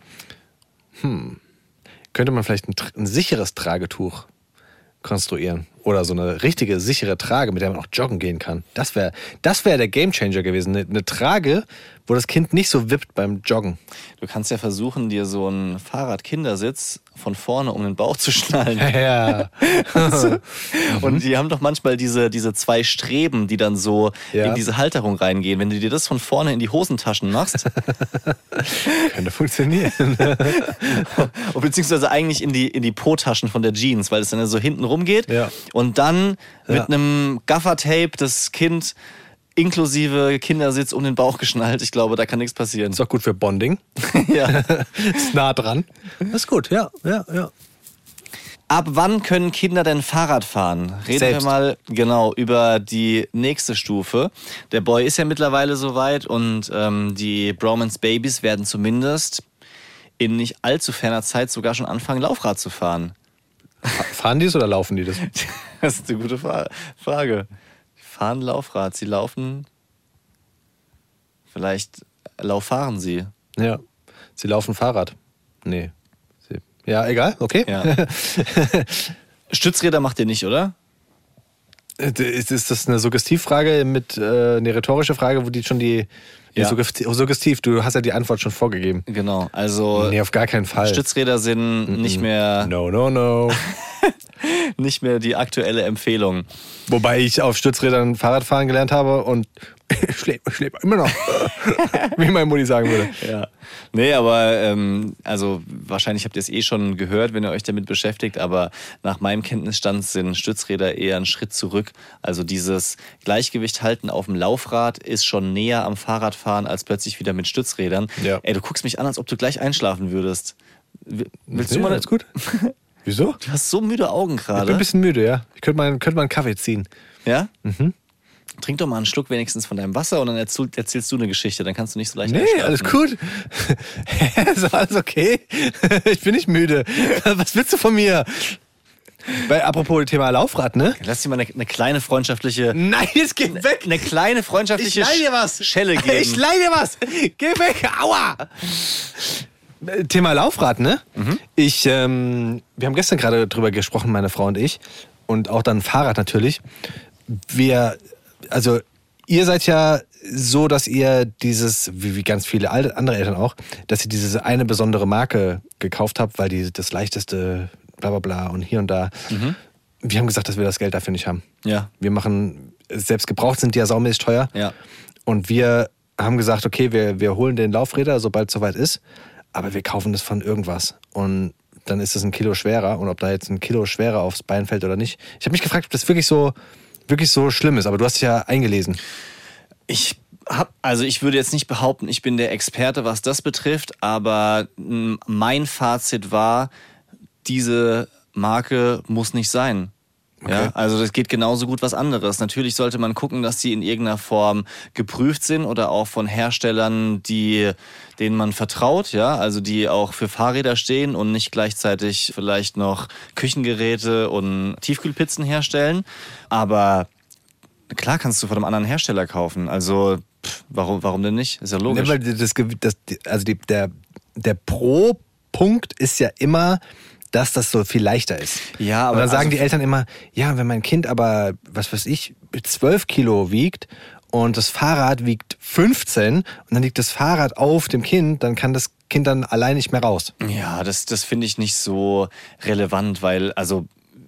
Hm. Könnte man vielleicht ein, ein sicheres Tragetuch konstruieren? Oder so eine richtige, sichere Trage, mit der man auch joggen gehen kann. Das wäre das wär der Gamechanger gewesen. Eine, eine Trage, wo das Kind nicht so wippt beim Joggen. Du kannst ja versuchen, dir so einen Fahrrad-Kindersitz von vorne um den Bauch zu schnallen. Ja. Also, und die haben doch manchmal diese, diese zwei Streben, die dann so ja. in diese Halterung reingehen. Wenn du dir das von vorne in die Hosentaschen machst. Könnte funktionieren. Beziehungsweise eigentlich in die, in die Po-Taschen von der Jeans, weil es dann so hinten rumgeht. Ja. Und dann Ja. mit einem Gaffertape das Kind inklusive Kindersitz um den Bauch geschnallt. Ich glaube, da kann nichts passieren. Ist auch gut für Bonding. Ja. Ist nah dran. Das ist gut, ja, ja, ja. Ab wann können Kinder denn Fahrrad fahren? Reden Selbst. wir mal genau über die nächste Stufe. Der Boy ist ja mittlerweile soweit und ähm, die Bromance Babys werden zumindest in nicht allzu ferner Zeit sogar schon anfangen, Laufrad zu fahren. Fahren die es oder laufen die das? Das ist eine gute Fra- Frage. Sie fahren Laufrad, sie laufen. Vielleicht lauffahren sie. Ja. Sie laufen Fahrrad. Nee. Sie, ja, egal, okay. Ja. Stützräder macht ihr nicht, oder? Ist, ist das eine Suggestivfrage mit äh, eine rhetorische Frage, wo die schon die Ja. ja. Suggestiv, Suggestiv, du hast ja die Antwort schon vorgegeben. Genau, also Nee, auf gar keinen Fall. Stützräder sind Mm-mm. nicht mehr No, no, no. nicht mehr die aktuelle Empfehlung. Wobei ich auf Stützrädern Fahrradfahren gelernt habe und Ich lebe leb immer noch. Wie meine Mutti sagen würde. Ja. Nee, aber ähm, also wahrscheinlich habt ihr es eh schon gehört, wenn ihr euch damit beschäftigt, aber nach meinem Kenntnisstand sind Stützräder eher einen Schritt zurück. Also dieses Gleichgewicht halten auf dem Laufrad ist schon näher am Fahrradfahren als plötzlich wieder mit Stützrädern. Ja. Ey, du guckst mich an, als ob du gleich einschlafen würdest. Willst Nee, du mal... alles gut. Wieso? Du hast so müde Augen Ich bin gerade. ein bisschen müde, ja. Ich könnte mal, könnte mal einen Kaffee ziehen. Ja? Mhm. Trink doch mal einen Schluck wenigstens von deinem Wasser und dann erzähl, erzählst du eine Geschichte. Dann kannst du nicht so leicht Nee, einschlafen. alles gut. Ist alles okay? Ich bin nicht müde. Was willst du von mir? Weil, apropos Thema Laufrad, ne? Lass dir mal eine, eine kleine freundschaftliche... Nein, jetzt geh weg! Eine kleine freundschaftliche Ich leih dir was. Schelle geben. Ich leih dir was! Geh weg! Aua! Thema Laufrad, ne? Mhm. Ich, ähm, wir haben gestern gerade drüber gesprochen, meine Frau und ich. Und auch dann Fahrrad natürlich. Wir, also ihr seid ja so, dass ihr dieses, wie, wie ganz viele andere Eltern auch, dass ihr diese eine besondere Marke gekauft habt, weil die das leichteste bla bla bla und hier und da. Mhm. Wir haben gesagt, dass wir das Geld dafür nicht haben. Ja. Wir machen, selbst gebraucht sind die ja saumäßig teuer. Ja. Und wir haben gesagt, okay, wir, wir holen den Laufräder, sobald es soweit ist, aber wir kaufen das von irgendwas. Und dann ist es ein Kilo schwerer. Und ob da jetzt ein Kilo schwerer aufs Bein fällt oder nicht. Ich habe mich gefragt, ob das wirklich so, wirklich so schlimm ist. Aber du hast dich ja eingelesen. Ich hab, also ich würde jetzt nicht behaupten, ich bin der Experte, was das betrifft, aber mein Fazit war, diese Marke muss nicht sein. Okay. Ja, also das geht genauso gut was anderes. Natürlich sollte man gucken, dass sie in irgendeiner Form geprüft sind oder auch von Herstellern, die, denen man vertraut, ja, also die auch für Fahrräder stehen und nicht gleichzeitig vielleicht noch Küchengeräte und Tiefkühlpizzen herstellen. Aber klar kannst du von einem anderen Hersteller kaufen. Also pff, warum, warum denn nicht? Ist ja logisch. Ja, weil das, das, also die, der, der Pro-Punkt ist ja immer, dass das so viel leichter ist. Ja, aber und dann sagen also die Eltern immer, ja, wenn mein Kind aber, was weiß ich, zwölf Kilo wiegt und das Fahrrad wiegt fünfzehn und dann liegt das Fahrrad auf dem Kind, dann kann das Kind dann allein nicht mehr raus. Ja, das, das finde ich nicht so relevant, weil, also,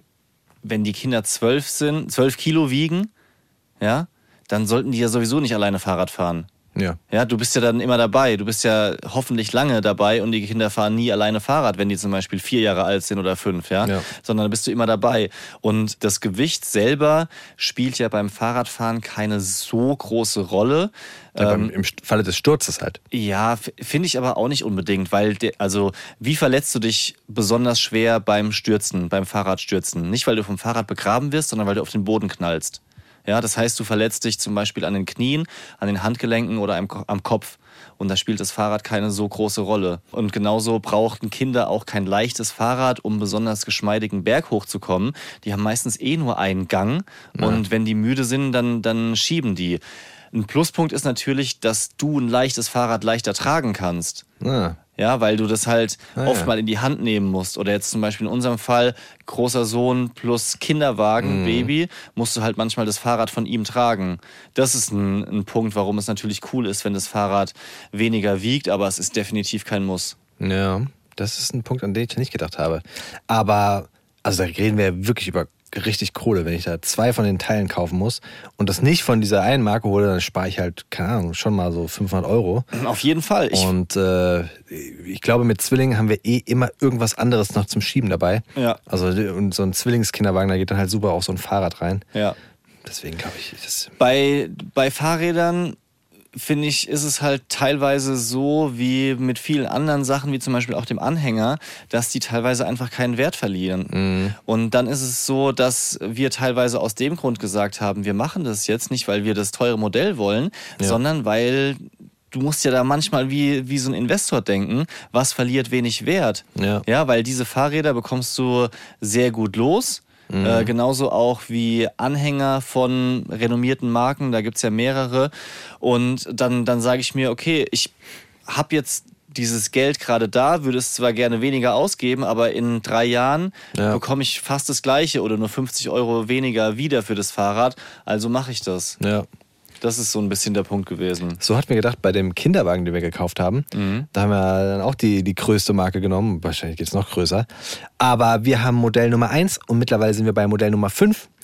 wenn die Kinder zwölf sind, zwölf Kilo wiegen, ja, dann sollten die ja sowieso nicht alleine Fahrrad fahren. Ja. Ja, du bist ja dann immer dabei. Du bist ja hoffentlich lange dabei und die Kinder fahren nie alleine Fahrrad, wenn die zum Beispiel vier Jahre alt sind oder fünf, ja. Ja. Sondern da bist du immer dabei. Und das Gewicht selber spielt ja beim Fahrradfahren keine so große Rolle. Ja, ähm, beim, im Falle des Sturzes halt. Ja, f- finde ich aber auch nicht unbedingt, weil, de, also, wie verletzt du dich besonders schwer beim Stürzen, beim Fahrradstürzen? Nicht, weil du vom Fahrrad begraben wirst, sondern weil du auf den Boden knallst. Ja, das heißt, du verletzt dich zum Beispiel an den Knien, an den Handgelenken oder am, am Kopf. Und da spielt das Fahrrad keine so große Rolle. Und genauso brauchten Kinder auch kein leichtes Fahrrad, um besonders geschmeidigen Berg hochzukommen. Die haben meistens eh nur einen Gang. Ja. Und wenn die müde sind, dann, dann schieben die. Ein Pluspunkt ist natürlich, dass du ein leichtes Fahrrad leichter tragen kannst. Ja. Ja, weil du das halt Ah, oft ja. mal in die Hand nehmen musst. Oder jetzt zum Beispiel in unserem Fall, großer Sohn plus Kinderwagen, Mhm. Baby, musst du halt manchmal das Fahrrad von ihm tragen. Das ist ein, ein Punkt, warum es natürlich cool ist, wenn das Fahrrad weniger wiegt, aber es ist definitiv kein Muss. Ja, das ist ein Punkt, an den ich nicht gedacht habe. Aber, also da reden wir wirklich über richtig Kohle. Wenn ich da zwei von den Teilen kaufen muss und das nicht von dieser einen Marke hole, dann spare ich halt, keine Ahnung, schon mal so fünfhundert Euro. Auf jeden Fall. Ich, Und äh, ich glaube, mit Zwillingen haben wir eh immer irgendwas anderes noch zum Schieben dabei. Ja. Also und so ein Zwillingskinderwagen, da geht dann halt super auch so ein Fahrrad rein. ja. Deswegen glaube ich, das... Bei, bei Fahrrädern finde ich, ist es halt teilweise so wie mit vielen anderen Sachen, wie zum Beispiel auch dem Anhänger, dass die teilweise einfach keinen Wert verlieren. Mhm. Und dann ist es so, dass wir teilweise aus dem Grund gesagt haben, wir machen das jetzt nicht, weil wir das teure Modell wollen, Ja. sondern weil du musst ja da manchmal wie, wie so ein Investor denken, was verliert wenig Wert. Ja. Ja, weil diese Fahrräder bekommst du sehr gut los. Mhm. Äh, genauso auch wie Anhänger von renommierten Marken, da gibt's ja mehrere. Und dann, dann sage ich mir, okay, ich habe jetzt dieses Geld gerade da, würde es zwar gerne weniger ausgeben, aber in drei Jahren Ja. bekomme ich fast das Gleiche oder nur fünfzig Euro weniger wieder für das Fahrrad. Also mache ich das. Ja. Das ist so ein bisschen der Punkt gewesen. So hatten wir gedacht, bei dem Kinderwagen, den wir gekauft haben, Mhm. da haben wir dann auch die, die größte Marke genommen. Wahrscheinlich geht es noch größer. Aber wir haben Modell Nummer eins und mittlerweile sind wir bei Modell Nummer fünf.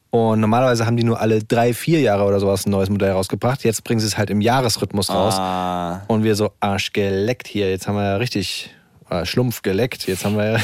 Und normalerweise haben die nur alle drei, vier Jahre oder sowas ein neues Modell rausgebracht. Jetzt bringen sie es halt im Jahresrhythmus raus. Ah. Und wir so, Arsch geleckt hier. Jetzt haben wir ja richtig äh, Schlumpf geleckt. Jetzt haben wir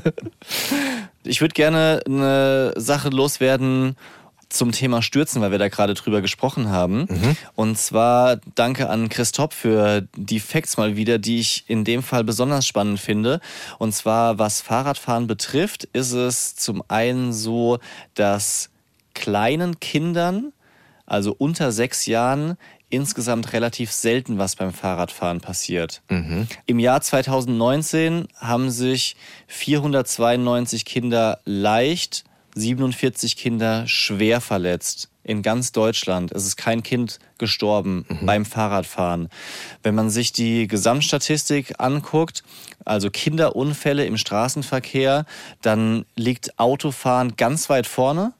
Ich würde gerne eine Sache loswerden zum Thema Stürzen, weil wir da gerade drüber gesprochen haben. Mhm. Und zwar danke an Christoph für die Facts mal wieder, die ich in dem Fall besonders spannend finde. Und zwar, was Fahrradfahren betrifft, ist es zum einen so, dass kleinen Kindern, also unter sechs Jahren, insgesamt relativ selten was beim Fahrradfahren passiert. Mhm. Im Jahr zweitausendneunzehn haben sich vierhundertzweiundneunzig Kinder leicht, siebenundvierzig Kinder schwer verletzt. In ganz Deutschland. Es ist kein Kind gestorben mhm. beim Fahrradfahren. Wenn man sich die Gesamtstatistik anguckt, also Kinderunfälle im Straßenverkehr, dann liegt Autofahren ganz weit vorne.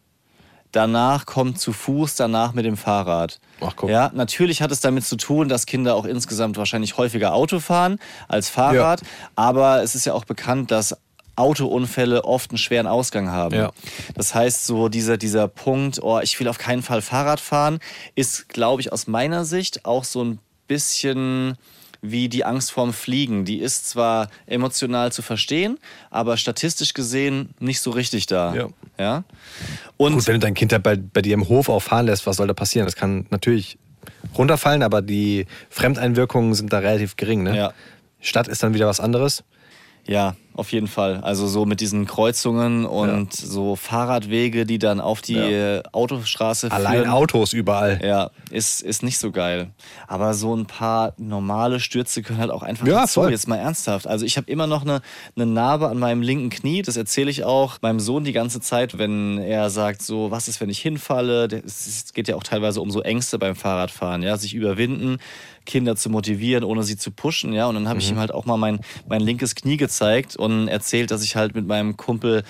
Danach kommt zu Fuß, danach mit dem Fahrrad. Ach, guck. Ja, natürlich hat es damit zu tun, dass Kinder auch insgesamt wahrscheinlich häufiger Auto fahren als Fahrrad. Ja. Aber es ist ja auch bekannt, dass Autounfälle oft einen schweren Ausgang haben. Ja. Das heißt, so dieser, dieser Punkt, oh, ich will auf keinen Fall Fahrrad fahren, ist, glaube ich, aus meiner Sicht auch so ein bisschen wie die Angst vorm Fliegen. Die ist zwar emotional zu verstehen, aber statistisch gesehen nicht so richtig da. Ja. Ja? Und gut, wenn du dein Kind da bei, bei dir im Hof auch fahren lässt, was soll da passieren? Das kann natürlich runterfallen, aber die Fremdeinwirkungen sind da relativ gering. Ne? Ja. Stadt ist dann wieder was anderes. Ja, auf jeden Fall. Also so mit diesen Kreuzungen und ja. so Fahrradwege, die dann auf die ja. Autostraße führen. Allein Autos überall. Ja, ist, ist nicht so geil. Aber so ein paar normale Stürze können halt auch einfach ja, dazu. Voll. Jetzt mal ernsthaft. Also ich habe immer noch eine, eine Narbe an meinem linken Knie. Das erzähle ich auch meinem Sohn die ganze Zeit, wenn er sagt so, was ist, wenn ich hinfalle? Es geht ja auch teilweise um so Ängste beim Fahrradfahren, ja, sich überwinden, Kinder zu motivieren, ohne sie zu pushen, ja. Und dann habe mhm. ich ihm halt auch mal mein, mein linkes Knie gezeigt und erzählt, dass ich halt mit meinem Kumpel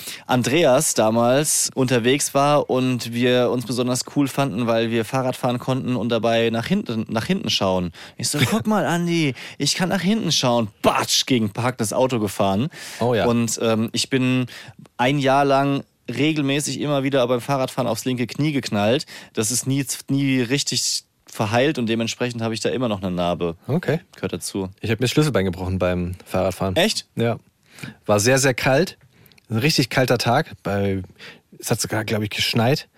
Andreas damals unterwegs war und wir uns besonders cool fanden, weil wir Fahrrad fahren konnten und dabei nach hinten, nach hinten schauen. Ich so, guck mal, Andi, ich kann nach hinten schauen. Batsch, gegen ein parkendes Auto gefahren. Oh ja. Und ähm, ich bin ein Jahr lang regelmäßig immer wieder beim Fahrradfahren aufs linke Knie geknallt. Das ist nie, nie richtig verheilt und dementsprechend habe ich da immer noch eine Narbe. Okay. Gehört dazu. Ich habe mir das Schlüsselbein gebrochen beim Fahrradfahren. Echt? Ja. War sehr, sehr kalt. Ein richtig kalter Tag. Bei, es hat sogar, glaube ich, geschneit.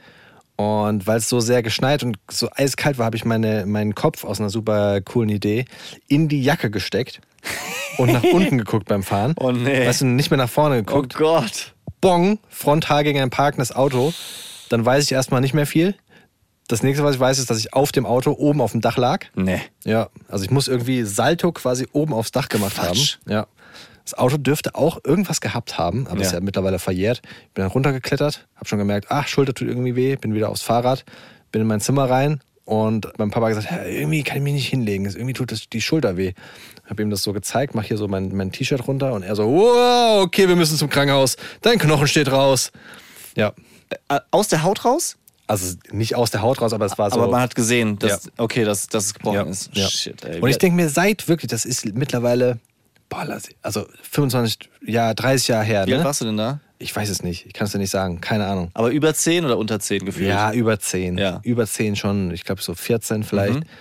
Und weil es so sehr geschneit und so eiskalt war, habe ich meine, meinen Kopf aus einer super coolen Idee in die Jacke gesteckt und nach unten geguckt beim Fahren. Oh nee. Weißt du, nicht mehr nach vorne geguckt. Oh Gott. Bong, frontal gegen ein parkendes Auto. Dann weiß ich erstmal nicht mehr viel. Das nächste, was ich weiß, ist, dass ich auf dem Auto oben auf dem Dach lag. Nee. Ja, also ich muss irgendwie Salto quasi oben aufs Dach gemacht Quatsch. haben. Ja. Das Auto dürfte auch irgendwas gehabt haben, aber ja. ist ja mittlerweile verjährt. Ich bin dann runtergeklettert, habe schon gemerkt, ach, Schulter tut irgendwie weh, bin wieder aufs Fahrrad, bin in mein Zimmer rein und mein Papa hat gesagt, ja, irgendwie kann ich mich nicht hinlegen, irgendwie tut das die Schulter weh. Habe ihm das so gezeigt, mach hier so mein, mein T-Shirt runter und er so, wow, okay, wir müssen zum Krankenhaus, dein Knochen steht raus. Ja. Äh, aus der Haut raus? Also nicht aus der Haut raus, aber es war so. Aber man hat gesehen, dass, ja. okay, dass, dass es gebrochen ja. ist. Ja. Shit, ey. Und ich denke mir, seit wirklich, das ist mittlerweile, boah, also fünfundzwanzig, ja, dreißig Jahre her. Wie alt ne? warst du denn da? Ich weiß es nicht, ich kann es dir nicht sagen, keine Ahnung. Aber über zehn oder unter zehn gefühlt? Ja, über zehn. Ja. Über zehn schon, ich glaube so vierzehn vielleicht. Mhm.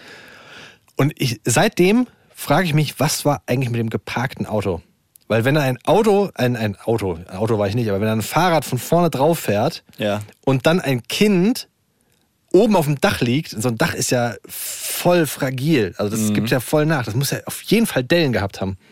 Und ich, seitdem frage ich mich, was war eigentlich mit dem geparkten Auto? Weil wenn da ein Auto, ein, ein Auto, ein Auto war ich nicht, aber wenn da ein Fahrrad von vorne drauf fährt ja. und dann ein Kind oben auf dem Dach liegt, so ein Dach ist ja voll fragil, also das mhm. gibt ja voll nach, das muss ja auf jeden Fall Dellen gehabt haben.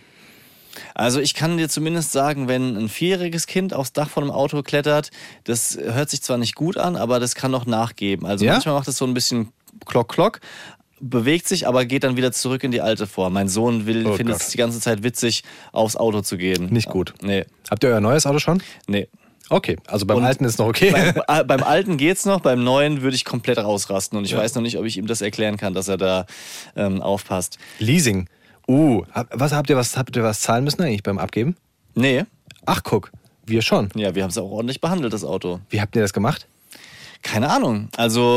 Also ich kann dir zumindest sagen, wenn ein vierjähriges Kind aufs Dach von einem Auto klettert, das hört sich zwar nicht gut an, aber das kann noch nachgeben. Also ja? manchmal macht es so ein bisschen Klock, Klock, bewegt sich, aber geht dann wieder zurück in die alte Form. Mein Sohn will, oh findet Gott. es die ganze Zeit witzig, aufs Auto zu gehen. Nicht gut. Nee. Habt ihr euer neues Auto schon? Nee. Okay, also beim und alten ist noch okay. Beim, beim alten geht's noch, beim neuen würde ich komplett rausrasten und ich ja. weiß noch nicht, ob ich ihm das erklären kann, dass er da ähm, aufpasst. Leasing. Uh, was habt ihr was habt ihr was zahlen müssen eigentlich beim Abgeben? Nee. Ach guck, wir schon. Ja, wir haben es auch ordentlich behandelt, das Auto. Wie habt ihr das gemacht? Keine Ahnung. Also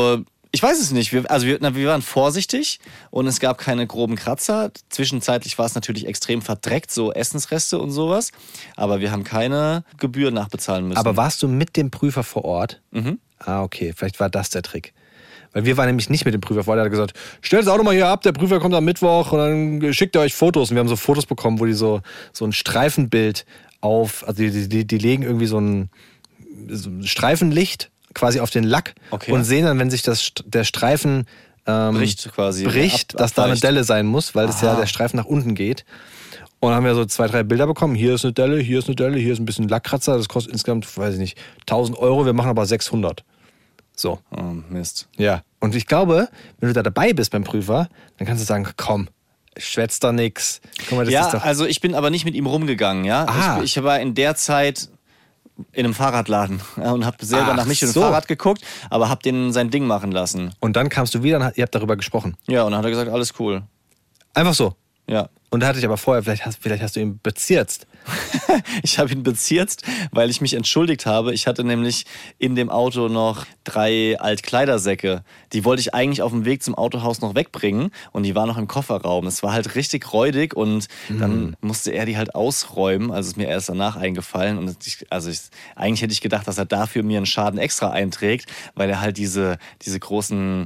Ich weiß es nicht. Wir, also wir, na, wir waren vorsichtig und es gab keine groben Kratzer. Zwischenzeitlich war es natürlich extrem verdreckt, so Essensreste und sowas. Aber wir haben keine Gebühr nachbezahlen müssen. Aber warst du mit dem Prüfer vor Ort? Mhm. Ah, okay. Vielleicht war das der Trick. Weil wir waren nämlich nicht mit dem Prüfer vor Ort. Der hat gesagt, stellt das Auto mal hier ab, der Prüfer kommt am Mittwoch und dann schickt er euch Fotos. Und wir haben so Fotos bekommen, wo die so, so ein Streifenbild auf, also die, die, die legen irgendwie so ein, so ein Streifenlicht quasi auf den Lack Okay. und sehen dann, wenn sich das, der Streifen ähm, Bricht quasi. bricht, Ab- dass da eine abweicht. Delle sein muss, weil das ja Aha. der Streifen nach unten geht. Und dann haben wir so zwei, drei Bilder bekommen. Hier ist eine Delle, hier ist eine Delle, hier ist ein bisschen Lackkratzer. Das kostet insgesamt, weiß ich nicht, tausend Euro. Wir machen aber sechshundert. So. Oh, Mist. Ja. Und ich glaube, wenn du da dabei bist beim Prüfer, dann kannst du sagen, komm, schwätzt da nix. Guck mal, das Ja, ist doch... also ich bin aber nicht mit ihm rumgegangen, ja. Ah. Ich, ich war in der Zeit in einem Fahrradladen ja, und habe selber Ach nach mich und dem so. Fahrrad geguckt, aber habe den sein Ding machen lassen. Und dann kamst du wieder und ihr habt darüber gesprochen. Ja, und dann hat er gesagt, alles cool. Einfach so. Ja. Und da hatte ich aber vorher, vielleicht hast, vielleicht hast du ihn bezirzt. Ich habe ihn bezirzt, weil ich mich entschuldigt habe. Ich hatte nämlich in dem Auto noch drei Altkleidersäcke. Die wollte ich eigentlich auf dem Weg zum Autohaus noch wegbringen und die waren noch im Kofferraum. Es war halt richtig räudig und dann musste er die halt ausräumen. Also ist mir erst danach eingefallen. Und ich, also ich, eigentlich hätte ich gedacht, dass er dafür mir einen Schaden extra einträgt, weil er halt diese, diese großen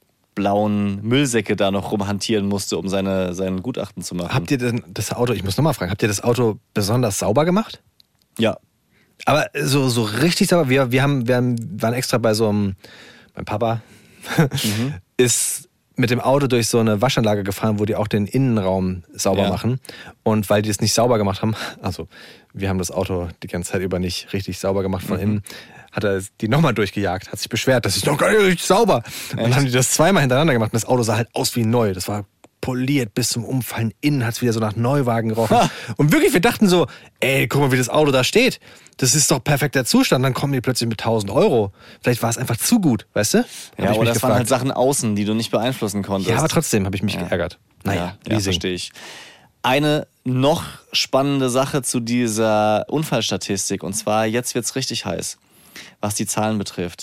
blauen Müllsäcke da noch rumhantieren musste, um seine, sein Gutachten zu machen. Habt ihr denn das Auto, ich muss nochmal fragen, habt ihr das Auto besonders sauber gemacht? Ja. Aber so, so richtig sauber, wir, wir, haben, wir haben, waren extra bei so einem, mein Papa Mhm. ist mit dem Auto durch so eine Waschanlage gefahren, wo die auch den Innenraum sauber Ja. machen. Und weil die es nicht sauber gemacht haben, also wir haben das Auto die ganze Zeit über nicht richtig sauber gemacht von Mhm. innen, hat er die nochmal durchgejagt, hat sich beschwert, das ist doch gar nicht richtig sauber. Und dann haben die das zweimal hintereinander gemacht und das Auto sah halt aus wie neu. Das war poliert bis zum Umfallen. Innen hat es wieder so nach Neuwagen gerochen. Ha. Und wirklich, wir dachten so, ey, guck mal, wie das Auto da steht. Das ist doch perfekter Zustand. Dann kommen die plötzlich mit tausend Euro. Vielleicht war es einfach zu gut, weißt du? Hab Ja, ich oder mich das waren halt gefragt. Sachen außen, die du nicht beeinflussen konntest. Ja, aber trotzdem habe ich mich Ja. geärgert. Naja, ja, ja, Leasing. verstehe ich. Eine noch spannende Sache zu dieser Unfallstatistik, und zwar jetzt wird's richtig heiß, was die Zahlen betrifft.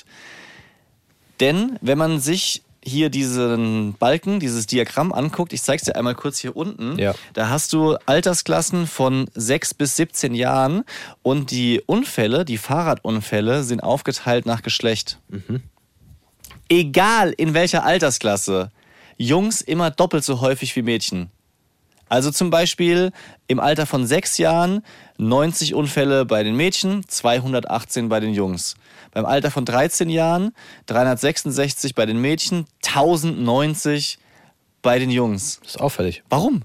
Denn wenn man sich hier diesen Balken, dieses Diagramm anguckt, ich zeig's dir einmal kurz hier unten, Ja. da hast du Altersklassen von sechs bis siebzehn Jahren und die Unfälle, die Fahrradunfälle sind aufgeteilt nach Geschlecht. Egal in welcher Altersklasse, Jungs immer doppelt so häufig wie Mädchen. Also zum Beispiel im Alter von sechs Jahren neunzig Unfälle bei den Mädchen, zweihundertachtzehn bei den Jungs. Beim Alter von dreizehn Jahren dreihundertsechsundsechzig bei den Mädchen, tausendneunzig bei den Jungs. Das ist auffällig. Warum?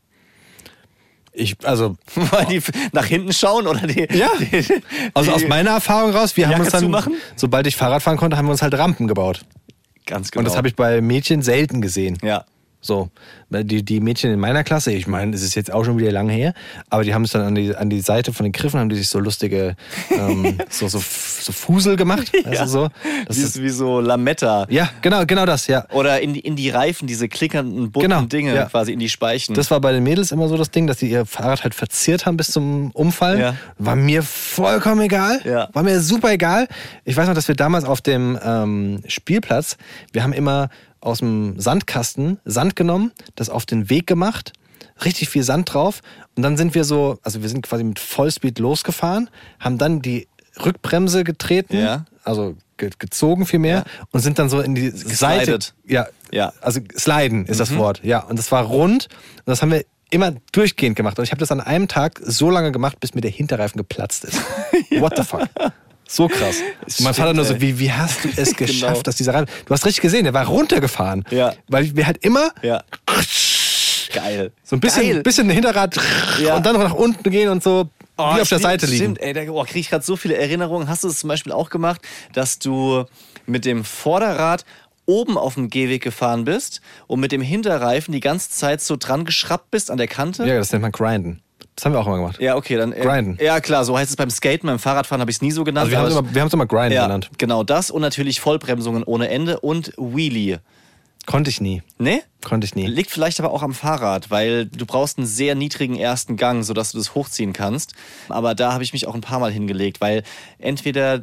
Ich, also, Weil die nach hinten schauen oder die... Ja. die, also aus die- meiner Erfahrung raus, wir haben Jacke uns dann, zumachen? sobald ich Fahrrad fahren konnte, haben wir uns halt Rampen gebaut. Ganz genau. Und das habe ich bei Mädchen selten gesehen. Ja. So, die, die Mädchen in meiner Klasse, ich meine, es ist jetzt auch schon wieder lange her, aber die haben es dann an die, an die Seite von den Griffen, haben die sich so lustige, ähm, so, so, so Fusel gemacht. Weißt du, so. Das Wie, ist, wie so Lametta. ja, genau, genau das, ja. Oder in die, in die Reifen, diese klickernden, bunten Genau, Dinge ja. quasi in die Speichen. Das war bei den Mädels immer so das Ding, dass sie ihr Fahrrad halt verziert haben bis zum Umfallen. Ja. War mir vollkommen egal. Ja. War mir super egal. Ich weiß noch, dass wir damals auf dem ähm, Spielplatz, wir haben immer aus dem Sandkasten Sand genommen, das auf den Weg gemacht, richtig viel Sand drauf und dann sind wir so, also wir sind quasi mit Vollspeed losgefahren, haben dann die Rückbremse getreten, Ja. also ge gezogen vielmehr Ja. und sind dann so in die Seite, Geslidet. ja, Ja. also sliden ist das Wort, ja, und das war rund und das haben wir immer durchgehend gemacht und ich habe das an einem Tag so lange gemacht, bis mir der Hinterreifen geplatzt ist. What the fuck? So krass. Und mein Vater nur so, ey. wie, wie hast du es geschafft, Genau. dass dieser Reifen... Du hast richtig gesehen, der war runtergefahren. Ja. Weil wir halt immer Ja. Geil. so ein bisschen, Geil. bisschen Hinterrad Ja. und dann noch nach unten gehen und so wie auf der stimmt, Seite liegen. Stimmt, ey, da oh, kriege ich gerade so viele Erinnerungen. Hast du es zum Beispiel auch gemacht, dass du mit dem Vorderrad oben auf dem Gehweg gefahren bist und mit dem Hinterreifen die ganze Zeit so dran geschraubt bist an der Kante? Ja, das nennt man Grinden. Das haben wir auch immer gemacht. Ja, okay, dann. äh, Grinden. Ja, klar, so heißt es beim Skaten, beim Fahrradfahren habe ich es nie so genannt. Also wir haben es aber immer, wir haben es immer Grinden ja, genannt. genau das und natürlich Vollbremsungen ohne Ende und Wheelie. Konnte ich nie. Ne? Konnte ich nie. Liegt vielleicht aber auch am Fahrrad, weil du brauchst einen sehr niedrigen ersten Gang, sodass du das hochziehen kannst. Aber da habe ich mich auch ein paar Mal hingelegt, weil entweder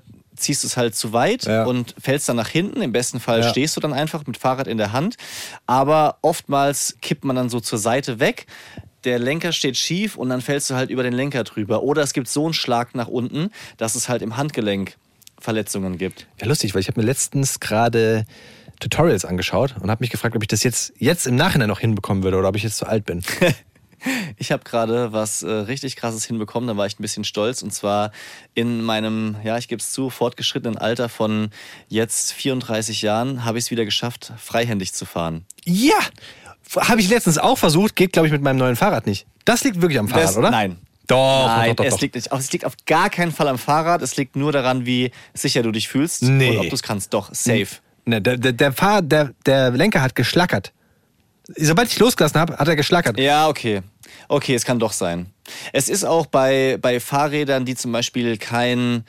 ziehst du es halt zu weit Ja. und fällst dann nach hinten. Im besten Fall Ja. stehst du dann einfach mit Fahrrad in der Hand. Aber oftmals kippt man dann so zur Seite weg. Der Lenker steht schief und dann fällst du halt über den Lenker drüber. Oder es gibt so einen Schlag nach unten, dass es halt im Handgelenk Verletzungen gibt. Ja, lustig, weil ich habe mir letztens gerade Tutorials angeschaut und habe mich gefragt, ob ich das jetzt, jetzt im Nachhinein noch hinbekommen würde oder ob ich jetzt zu alt bin. Ich habe gerade was äh, richtig Krasses hinbekommen, da war ich ein bisschen stolz. Und zwar in meinem, ja, ich gebe es zu, fortgeschrittenen Alter von jetzt vierunddreißig Jahren habe ich es wieder geschafft, freihändig zu fahren. Ja! Habe ich letztens auch versucht, geht, glaube ich, mit meinem neuen Fahrrad nicht. Das liegt wirklich am Fahrrad, Das- oder? Nein. Doch, Nein, doch, doch, es doch. liegt nicht. Aber es liegt auf gar keinen Fall am Fahrrad. Es liegt nur daran, wie sicher du dich fühlst Nee. und ob du es kannst. Doch, safe. Ne, der, der, der, Fahr, der, der Lenker hat geschlackert. Sobald ich losgelassen habe, hat er geschlackert. Ja, okay. Okay, es kann doch sein. Es ist auch bei, bei Fahrrädern, die zum Beispiel kein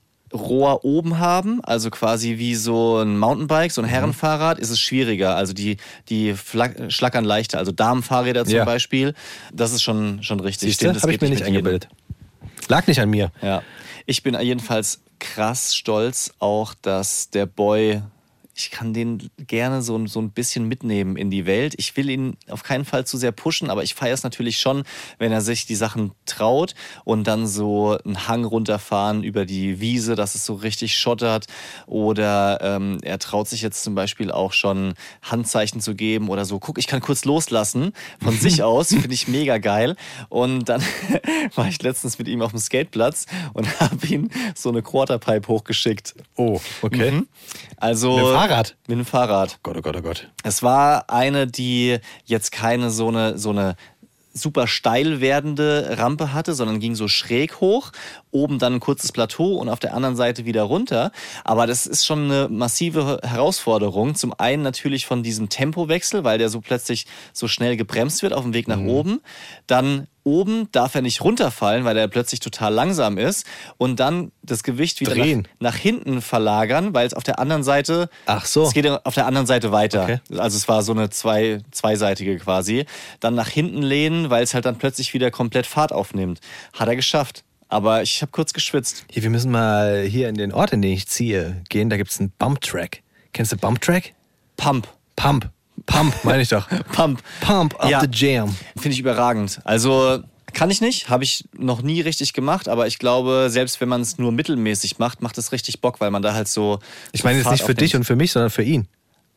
Rohr oben haben, also quasi wie so ein Mountainbike, so ein Herrenfahrrad, ist es schwieriger. Also die, die flack, schlackern leichter. Also Damenfahrräder zum Ja. Beispiel, das ist schon, schon richtig. Siehst du, Stimmt, das habe ich geht mir nicht mit jedem. eingebildet. Lag nicht an mir. Ja. Ich bin jedenfalls krass stolz auch, dass der Boy, ich kann den gerne so, so ein bisschen mitnehmen in die Welt. Ich will ihn auf keinen Fall zu sehr pushen, aber ich feiere es natürlich schon, wenn er sich die Sachen traut und dann so einen Hang runterfahren über die Wiese, dass es so richtig schottert. Oder ähm, er traut sich jetzt zum Beispiel auch schon Handzeichen zu geben oder so, guck, ich kann kurz loslassen von sich aus, finde ich mega geil. Und dann war ich letztens mit ihm auf dem Skateplatz und habe ihm so eine Quarterpipe hochgeschickt. Oh, okay. Mhm. Also Mit dem Fahrrad? Mit dem Fahrrad. Gott, oh Gott, oh Gott. Es war eine, die jetzt keine so eine, so eine super steil werdende Rampe hatte, sondern ging so schräg hoch, oben dann ein kurzes Plateau und auf der anderen Seite wieder runter. Aber das ist schon eine massive Herausforderung. Zum einen natürlich von diesem Tempowechsel, weil der so plötzlich so schnell gebremst wird auf dem Weg nach Mhm. oben. Dann oben darf er nicht runterfallen, weil er plötzlich total langsam ist. Und dann das Gewicht wieder Drehen. nach, nach hinten verlagern, weil es auf der anderen Seite, Ach so. es geht auf der anderen Seite weiter. Okay. Also es war so eine zwei, zweiseitige quasi. Dann nach hinten lehnen, weil es halt dann plötzlich wieder komplett Fahrt aufnimmt. Hat er geschafft. Aber ich habe kurz geschwitzt. Hier, wir müssen mal hier in den Ort, in den ich ziehe, gehen. Da gibt es einen Bump-Track. Kennst du Bump-Track? Pump. Pump. Pump, meine ich doch. Pump. Pump up Ja. the jam. Finde ich überragend. Also kann ich nicht, habe ich noch nie richtig gemacht, aber ich glaube, selbst wenn man es nur mittelmäßig macht, macht es richtig Bock, weil man da halt so. Ich meine jetzt nicht für dich und für mich, sondern für ihn.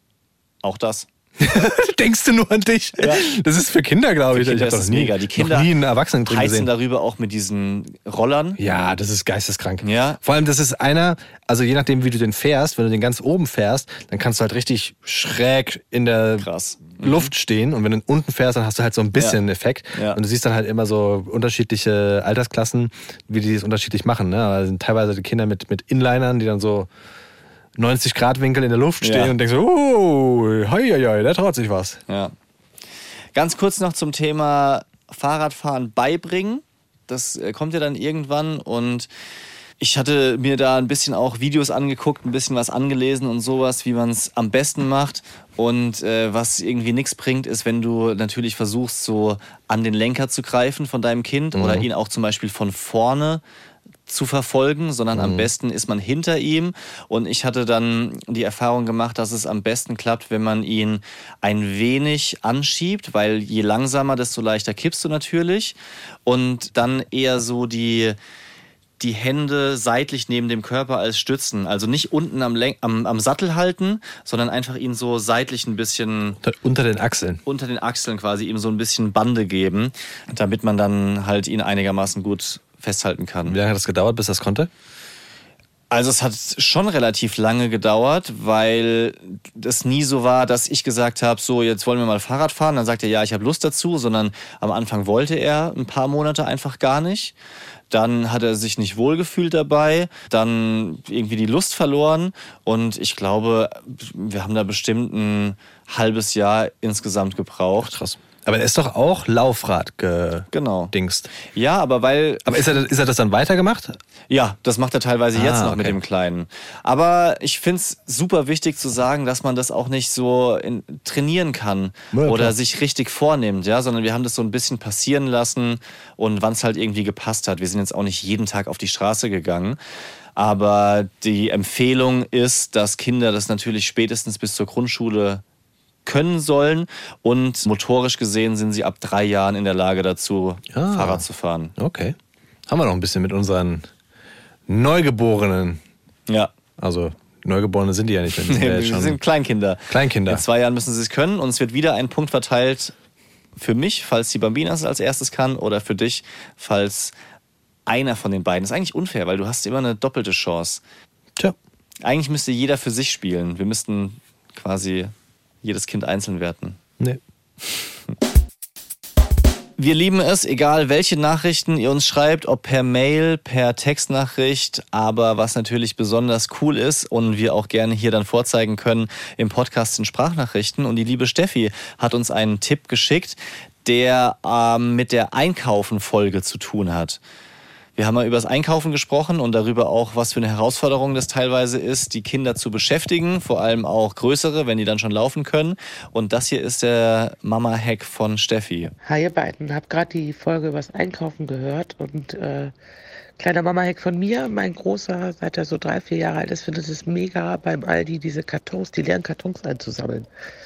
auch das. Denkst du nur an dich? Ja. Das ist für Kinder, glaube ich. Kinder ich hab ist es nie, mega. Die Kinder noch nie einen Erwachsenen drin heizen gesehen. darüber auch mit diesen Rollern. Ja, das ist geisteskrank. Ja. Vor allem, das ist einer, also je nachdem, wie du den fährst, wenn du den ganz oben fährst, dann kannst du halt richtig schräg in der Krass. Luft stehen. Und wenn du unten fährst, dann hast du halt so ein bisschen Ja. einen Effekt. Ja. Und du siehst dann halt immer so unterschiedliche Altersklassen, wie die es unterschiedlich machen. Ne? Also sind teilweise die Kinder mit, mit Inlinern, die dann so neunzig Grad Winkel in der Luft stehen Ja. und denkst so, oh, hei, hei, hei, der traut sich was. Ja. Ganz kurz noch zum Thema Fahrradfahren beibringen. Das äh, kommt ja dann irgendwann und ich hatte mir da ein bisschen auch Videos angeguckt, ein bisschen was angelesen und sowas, wie man es am besten macht. Und äh, was irgendwie nichts bringt, ist, wenn du natürlich versuchst, so an den Lenker zu greifen von deinem Kind oder ihn auch zum Beispiel von vorne zu verfolgen, sondern am besten ist man hinter ihm. Und ich hatte dann die Erfahrung gemacht, dass es am besten klappt, wenn man ihn ein wenig anschiebt, weil je langsamer, desto leichter kippst du natürlich. Und dann eher so die, die Hände seitlich neben dem Körper als Stützen. Also nicht unten am, Len- am, am Sattel halten, sondern einfach ihn so seitlich ein bisschen Unter, unter den Achseln. unter den Achseln quasi ihm so ein bisschen Bande geben, damit man dann halt ihn einigermaßen gut festhalten kann. Wie lange hat das gedauert, bis das konnte? Also es hat schon relativ lange gedauert, weil das nie so war, dass ich gesagt habe, so jetzt wollen wir mal Fahrrad fahren. Dann sagt er, ja, ich habe Lust dazu, sondern am Anfang wollte er ein paar Monate einfach gar nicht. Dann hat er sich nicht wohlgefühlt dabei, dann irgendwie die Lust verloren und ich glaube, wir haben da bestimmt ein halbes Jahr insgesamt gebraucht. Krass. Aber er ist doch auch Laufrad gedingst. Genau. Ja, aber weil... Aber ist er, ist er das dann weitergemacht? Ja, das macht er teilweise Ah, jetzt noch okay. mit dem Kleinen. Aber ich finde es super wichtig zu sagen, dass man das auch nicht so in, trainieren kann Ja, klar. oder sich richtig vornimmt, ja, sondern wir haben das so ein bisschen passieren lassen und wann es halt irgendwie gepasst hat. Wir sind jetzt auch nicht jeden Tag auf die Straße gegangen. Aber die Empfehlung ist, dass Kinder das natürlich spätestens bis zur Grundschule können sollen. Und motorisch gesehen sind sie ab drei Jahren in der Lage dazu, Ah. Fahrrad zu fahren. Okay. Haben wir noch ein bisschen mit unseren Neugeborenen. Ja. Also Neugeborene sind die ja nicht. Die sind, Nee, ja jetzt sie schon sind Kleinkinder. Kleinkinder. In zwei Jahren müssen sie es können und es wird wieder ein Punkt verteilt für mich, falls die Bambina es als erstes kann, oder für dich, falls einer von den beiden. Das ist eigentlich unfair, weil du hast immer eine doppelte Chance. Tja. Eigentlich müsste jeder für sich spielen. Wir müssten quasi jedes Kind einzeln werten. Nee. Wir lieben es, egal welche Nachrichten ihr uns schreibt, ob per Mail, per Textnachricht, aber was natürlich besonders cool ist und wir auch gerne hier dann vorzeigen können im Podcast sind Sprachnachrichten. Und die liebe Steffi hat uns einen Tipp geschickt, der ähm, mit der Einkaufen-Folge zu tun hat. Wir haben mal über das Einkaufen gesprochen und darüber auch, was für eine Herausforderung das teilweise ist, die Kinder zu beschäftigen, vor allem auch größere, wenn die dann schon laufen können. Und das hier ist der Mama-Hack von Steffi. Hi ihr beiden, hab gerade die Folge übers Einkaufen gehört und äh, kleiner Mama-Hack von mir, mein Großer, seit er so drei, vier Jahre alt ist, findet es mega beim Aldi diese Kartons, die leeren Kartons einzusammeln.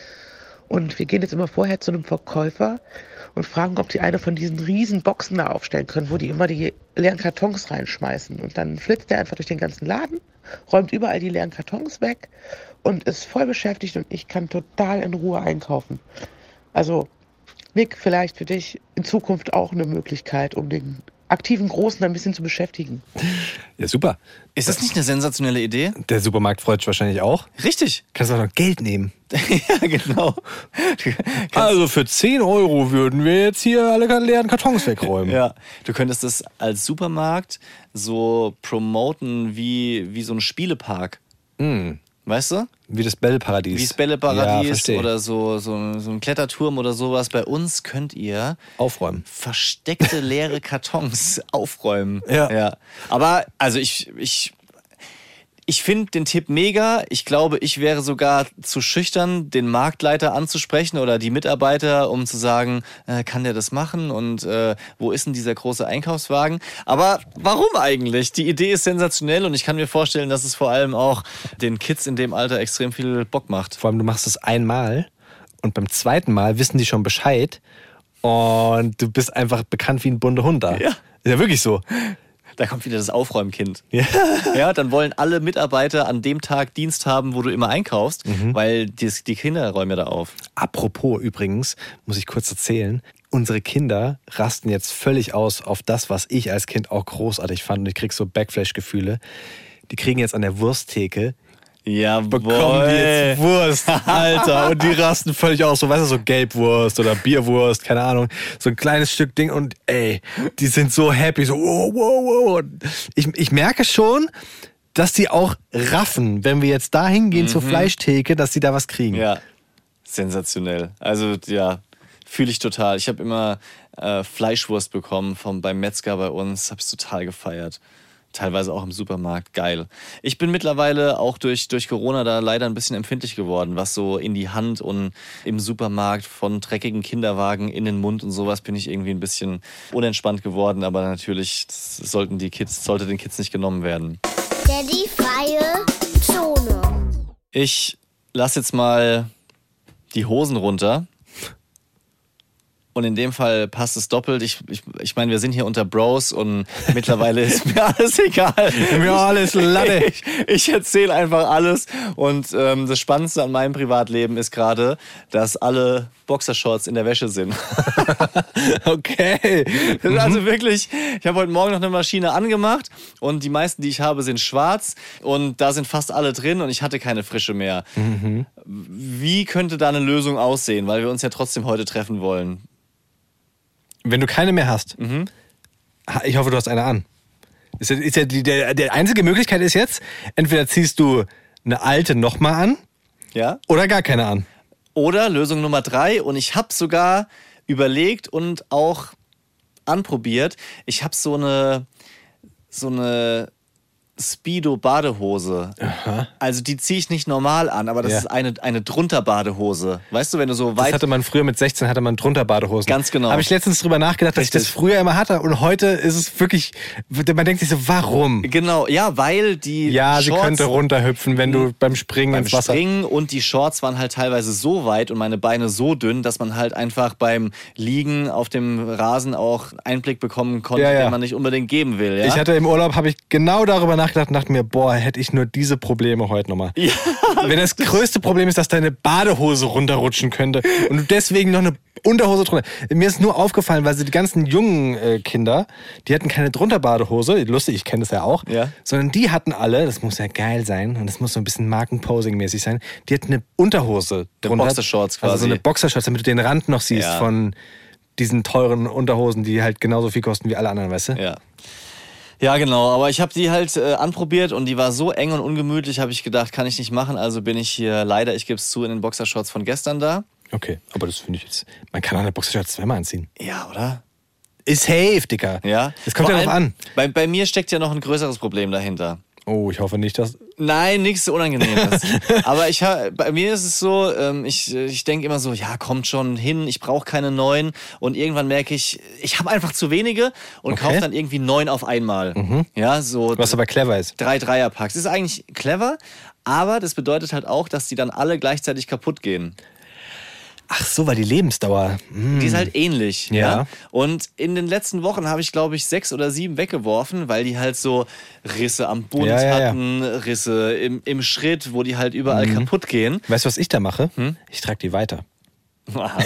Und wir gehen jetzt immer vorher zu einem Verkäufer und fragen, ob die eine von diesen riesen Boxen da aufstellen können, wo die immer die leeren Kartons reinschmeißen. Und dann flitzt er einfach durch den ganzen Laden, räumt überall die leeren Kartons weg und ist voll beschäftigt und ich kann total in Ruhe einkaufen. Also, Nick, vielleicht für dich in Zukunft auch eine Möglichkeit, um den aktiven Großen ein bisschen zu beschäftigen. Ja, super. Ist das nicht eine sensationelle Idee? Der Supermarkt freut sich wahrscheinlich auch. Richtig. Kannst du auch noch Geld nehmen. Ja, genau. Also für zehn Euro würden wir jetzt hier alle leeren Kartons wegräumen. Ja, du könntest das als Supermarkt so promoten wie, wie so ein Spielepark. Mm. Weißt du? Wie das Bälleparadies. Wie das Ja, Bälleparadies verstehe. oder so, so, so ein Kletterturm oder sowas. Bei uns könnt ihr Aufräumen. versteckte leere Kartons aufräumen. Ja. ja. Aber also ich, ich, ich finde den Tipp mega. Ich glaube, ich wäre sogar zu schüchtern, den Marktleiter anzusprechen oder die Mitarbeiter, um zu sagen, äh, kann der das machen und äh, wo ist denn dieser große Einkaufswagen? Aber warum eigentlich? Die Idee ist sensationell und ich kann mir vorstellen, dass es vor allem auch den Kids in dem Alter extrem viel Bock macht. Vor allem, du machst es einmal und beim zweiten Mal wissen die schon Bescheid und du bist einfach bekannt wie ein bunter Hund da. Ja. Ist ja wirklich so. Da kommt wieder das Aufräumkind. Ja. Ja, dann wollen alle Mitarbeiter an dem Tag Dienst haben, wo du immer einkaufst, weil die, die Kinder räumen ja da auf. Apropos übrigens, muss ich kurz erzählen, unsere Kinder rasten jetzt völlig aus auf das, was ich als Kind auch großartig fand und ich krieg so Backflash-Gefühle. Die kriegen jetzt an der Wursttheke Ja, bekommen die jetzt Wurst, Alter. Und die rasten völlig aus. So, weißt du, so Gelbwurst oder Bierwurst, keine Ahnung. So ein kleines Stück Ding und ey, die sind so happy. So, wow, wow, wow. Und ich, ich merke schon, dass die auch raffen, wenn wir jetzt da hingehen zur Fleischtheke, dass die da was kriegen. Ja, sensationell. Also ja, fühle ich total. Ich habe immer äh, Fleischwurst bekommen vom, beim Metzger bei uns. Habe ich total gefeiert. Teilweise auch im Supermarkt. Geil. Ich bin mittlerweile auch durch, durch Corona da leider ein bisschen empfindlich geworden, was so in die Hand und im Supermarkt von dreckigen Kinderwagen in den Mund und sowas bin ich irgendwie ein bisschen unentspannt geworden. Aber natürlich das sollten die Kids, sollte den Kids nicht genommen werden. Daddy freie Zone. Ich lasse jetzt mal die Hosen runter. Und in dem Fall passt es doppelt. Ich, ich, ich meine, wir sind hier unter Bros und mittlerweile ist mir alles egal. Mir alles Latte. Ich, ich erzähle einfach alles. Und ähm, das Spannendste an meinem Privatleben ist gerade, dass alle Boxershorts in der Wäsche sind. Okay. Das ist also wirklich, ich habe heute Morgen noch eine Maschine angemacht und die meisten, die ich habe, sind schwarz und da sind fast alle drin und ich hatte keine frische mehr. Mhm. Wie könnte da eine Lösung aussehen? Weil wir uns ja trotzdem heute treffen wollen. Wenn du keine mehr hast, Mhm. ha- ich hoffe, du hast eine an. Ist ja, ist ja die der, der einzige Möglichkeit ist jetzt, entweder ziehst du eine alte nochmal an Ja? oder gar keine an. Oder Lösung Nummer drei, und ich habe sogar überlegt und auch anprobiert, ich habe so eine, so eine Speedo-Badehose. Aha. Also die ziehe ich nicht normal an, aber das Ja. ist eine, eine Drunter-Badehose. Weißt du, wenn du so Das weit... hatte man früher mit sechzehn, hatte man drunter Badehosen. Ganz genau. Habe ich letztens drüber nachgedacht, dass Richtig. ich das früher immer hatte und heute ist es wirklich, man denkt sich so, warum? Genau, ja, weil die Ja, sie Shorts könnte runterhüpfen, wenn du beim Springen beim ins Wasser... Springen und die Shorts waren halt teilweise so weit und meine Beine so dünn, dass man halt einfach beim Liegen auf dem Rasen auch Einblick bekommen konnte, Ja, ja. den man nicht unbedingt geben will. Ja? Ich hatte im Urlaub, habe ich genau darüber nachgedacht und dachte mir, boah, hätte ich nur diese Probleme heute nochmal. Ja. Wenn das größte Problem ist, dass deine Badehose runterrutschen könnte und du deswegen noch eine Unterhose drunter. Mir ist nur aufgefallen, weil sie die ganzen jungen äh, Kinder, die hatten keine Drunterbadehose, lustig, ich kenne das ja auch, Ja. sondern die hatten alle, das muss ja geil sein und das muss so ein bisschen Markenposing-mäßig sein, die hatten eine Unterhose drunter. Boxershorts Also so quasi. eine Boxershorts, damit du den Rand noch siehst Ja. von diesen teuren Unterhosen, die halt genauso viel kosten wie alle anderen, weißt du? Ja. Ja, genau. Aber ich habe die halt äh, anprobiert und die war so eng und ungemütlich, habe ich gedacht, kann ich nicht machen. Also bin ich hier leider, ich gebe es zu, in den Boxershorts von gestern da. Okay, aber das finde ich jetzt, man kann auch eine Boxershorts zweimal anziehen. Ja, oder? Ist safe, Dicker. Ja. Das kommt Vor ja drauf allem, an. Bei, bei mir steckt ja noch ein größeres Problem dahinter. Oh, ich hoffe nicht, dass... Nein, nichts Unangenehmes. Aber ich ha, bei mir ist es so, ähm, ich, ich denke immer so, ja, kommt schon hin, ich brauche keine neuen. Und irgendwann merke ich, ich habe einfach zu wenige und Okay. kaufe dann irgendwie neun auf einmal. Ja, so Was aber clever ist. drei Dreierpacks. Das ist eigentlich clever, aber das bedeutet halt auch, dass die dann alle gleichzeitig kaputt gehen. Ach so, weil die Lebensdauer... Hm. Die ist halt ähnlich. Ja. Ja. Und in den letzten Wochen habe ich, glaube ich, sechs oder sieben weggeworfen, weil die halt so Risse am Bund Ja, ja, ja. hatten, Risse im, im Schritt, wo die halt überall kaputt gehen. Weißt du, was ich da mache? Hm? Ich trage die weiter. Was?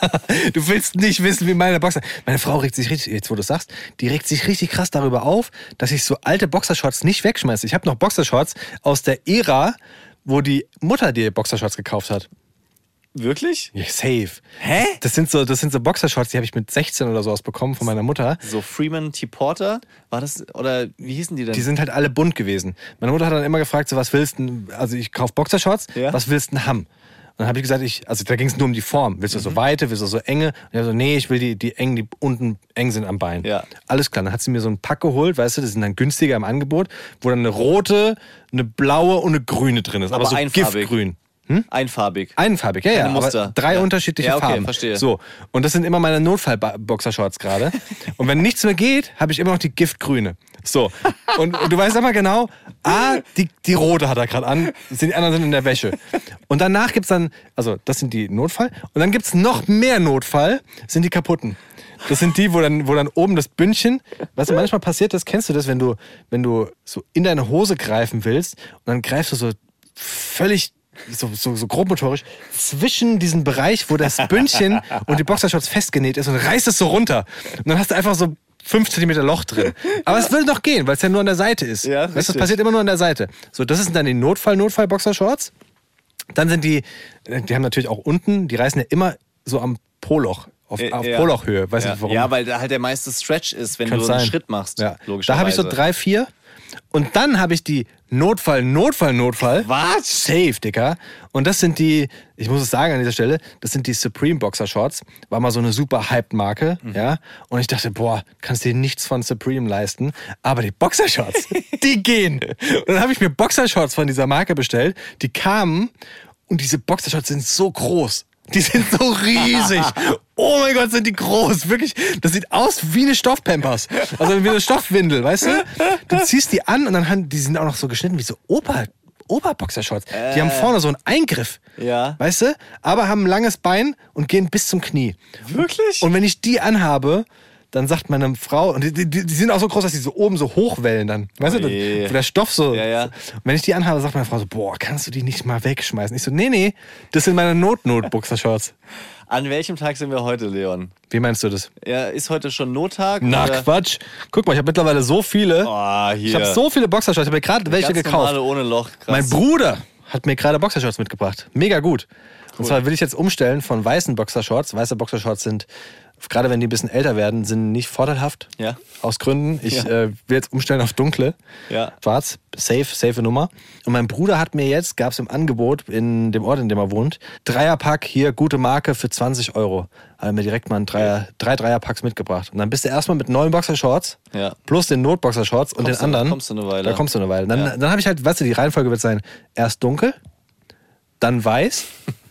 Du willst nicht wissen, wie meine Boxer... Meine Frau regt sich richtig, jetzt wo du es sagst, die regt sich richtig krass darüber auf, dass ich so alte Boxershorts nicht wegschmeiße. Ich habe noch Boxershorts aus der Ära, wo die Mutter dir Boxershorts gekauft hat. Wirklich? Ja, safe. Hä? Das sind so, das sind so Boxershorts, die habe ich mit sechzehn oder so ausbekommen von meiner Mutter. So Freeman T. Porter? War das, oder wie hießen die denn? Die sind halt alle bunt gewesen. Meine Mutter hat dann immer gefragt, so was willst du, also ich kaufe Boxershorts, Ja. was willst du denn haben? Und dann habe ich gesagt, ich, also da ging es nur um die Form. Willst du so weite, willst du so enge? Und ich habe so, nee, ich will die, die eng, die unten eng sind am Bein. Ja. Alles klar. Dann hat sie mir so einen Pack geholt, weißt du, das sind dann günstiger im Angebot, wo dann eine rote, eine blaue und eine grüne drin ist. Aber, Aber so einfarbig. Giftgrün. Einfarbig. Einfarbig, ja, ja, Keine Muster. aber drei Ja. unterschiedliche Ja, okay, Farben. verstehe. So, und das sind immer meine Notfall-Boxershorts gerade. Und wenn nichts mehr geht, habe ich immer noch die Giftgrüne. So, und, und du weißt immer genau, ah, die, die rote hat er gerade an, die anderen sind in der Wäsche. Und danach gibt's dann, also das sind die Notfall, und dann gibt's noch mehr Notfall, sind die kaputten. Das sind die, wo dann, wo dann oben das Bündchen, weißt du, manchmal passiert das, kennst du das, wenn du, wenn du so in deine Hose greifen willst und dann greifst du so völlig So, so, so grobmotorisch, zwischen diesem Bereich, wo das Bündchen und die Boxershorts festgenäht ist und reißt es so runter. Und dann hast du einfach so fünf Zentimeter Loch drin. Aber es will noch gehen, weil es ja nur an der Seite ist. Ja, weißt, du, das richtig. passiert immer nur an der Seite. So, das sind dann die Notfall-Notfall-Boxershorts. Dann sind die, die haben natürlich auch unten, die reißen ja immer so am Po-Loch. Auf, Äh, auf ja. Po-Loch-Höhe. Weiß Ja. nicht warum. Ja, weil da halt der meiste Stretch ist, wenn Kann's du einen sein. Schritt machst. Ja. Logischerweise. Da habe ich so drei, vier. Und dann habe ich die Notfall, Notfall, Notfall. Was? Safe, Dicker. Und das sind die, ich muss es sagen an dieser Stelle, das sind die Supreme Boxer Shorts. War mal so eine super Hyped-Marke, Mhm. ja. Und ich dachte, boah, kannst dir nichts von Supreme leisten. Aber die Boxer Shorts, die gehen. Und dann habe ich mir Boxer Shorts von dieser Marke bestellt. Die kamen und diese Boxer Shorts sind so groß. Die sind so riesig. Oh mein Gott, sind die groß. Wirklich, das sieht aus wie eine Stoffpampers. Also wie eine Stoffwindel, weißt du? Du ziehst die an und dann haben, die sind auch noch so geschnitten wie so Ober, Oberboxershorts. Die haben vorne so einen Eingriff. Ja. Weißt du? Aber haben ein langes Bein und gehen bis zum Knie. Wirklich? Und wenn ich die anhabe, dann sagt meine Frau, und die, die, die sind auch so groß, dass die so oben so hochwellen dann. Weißt Oh du, je. wo der Stoff so. Ja, ja. Und wenn ich die anhabe, sagt meine Frau so, boah, kannst du die nicht mal wegschmeißen? Ich so, nee, nee, das sind meine Not-Not-Boxershorts. An welchem Tag sind wir heute, Leon? Wie meinst du das? Ja, ist heute schon Nottag? Na, oder? Quatsch. Guck mal, ich habe mittlerweile so viele. Oh, hier. Ich habe so viele Boxershorts. Ich habe mir gerade welche Ganz gekauft. normale ohne Loch. Krass. Mein Bruder hat mir gerade Boxershorts mitgebracht. Mega gut. Und zwar will ich jetzt umstellen von weißen Boxershorts. Weiße Boxershorts sind gerade wenn die ein bisschen älter werden, sind nicht vorteilhaft. Ja. Aus Gründen. Ich Ja. äh, will jetzt umstellen auf dunkle. Ja. Schwarz, safe, safe Nummer. Und mein Bruder hat mir jetzt, gab es im Angebot in dem Ort, in dem er wohnt, Dreierpack, hier, gute Marke für zwanzig Euro. Hat er mir direkt mal ein Dreier, drei Dreierpacks mitgebracht. Und dann bist du erstmal mit neuen Boxershorts, Ja. plus den Notboxershorts und Kommst den du- anderen. kommst du eine Weile. Da kommst du eine Weile. Dann, Ja. dann habe ich halt, weißt du, die Reihenfolge wird sein, erst dunkel, dann weiß,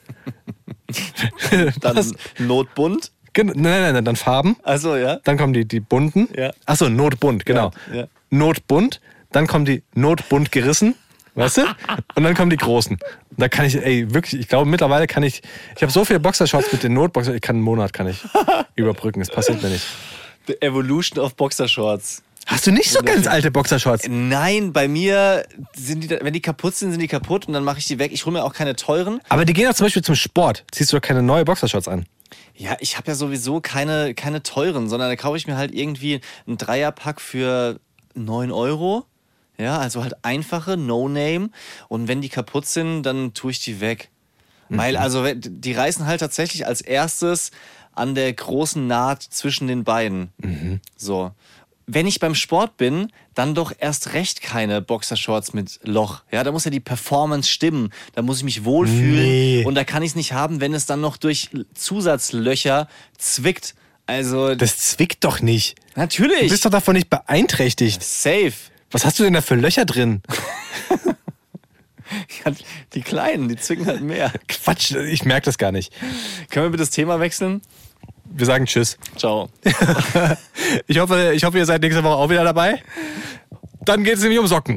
Dann Was? Notbunt. Gen- nein, nein, nein, dann Farben. Also, ja. Dann kommen die, die bunten. Ja. Achso, notbunt, genau. Ja, ja. Notbunt. Dann kommen die notbunt gerissen. Weißt du? Und dann kommen die großen. Und da kann ich, ey, wirklich, ich glaube, mittlerweile kann ich, ich habe so viele Boxershorts mit den Notboxer, ich kann einen Monat kann ich überbrücken. Das passiert mir nicht. The Evolution of Boxershorts. Hast du nicht so ganz alte Boxershorts? Nein, bei mir sind die, da- wenn die kaputt sind, sind die kaputt und dann mache ich die weg. Ich hole mir auch keine teuren. Aber die gehen doch zum Beispiel zum Sport. Ziehst du doch keine neue Boxershorts an. Ja, ich habe ja sowieso keine, keine teuren, sondern da kaufe ich mir halt irgendwie einen Dreierpack für neun Euro. Ja, also halt einfache, No-Name. Und wenn die kaputt sind, dann tue ich die weg. Weil, also, wenn- die reißen halt tatsächlich als erstes an der großen Naht zwischen den Beinen. So. Wenn ich beim Sport bin, dann doch erst recht keine Boxershorts mit Loch. Ja, da muss ja die Performance stimmen. Da muss ich mich wohlfühlen. Nee. Und da kann ich es nicht haben, wenn es dann noch durch Zusatzlöcher zwickt. Also, Das zwickt doch nicht. natürlich. Du bist doch davon nicht beeinträchtigt. Safe. Was hast du denn da für Löcher drin? Die Kleinen, die zwicken halt mehr. Quatsch, ich merke das gar nicht. Können wir bitte das Thema wechseln? Wir sagen Tschüss. Ciao. Ich hoffe, ich hoffe, ihr seid nächste Woche auch wieder dabei. Dann geht es nämlich um Socken.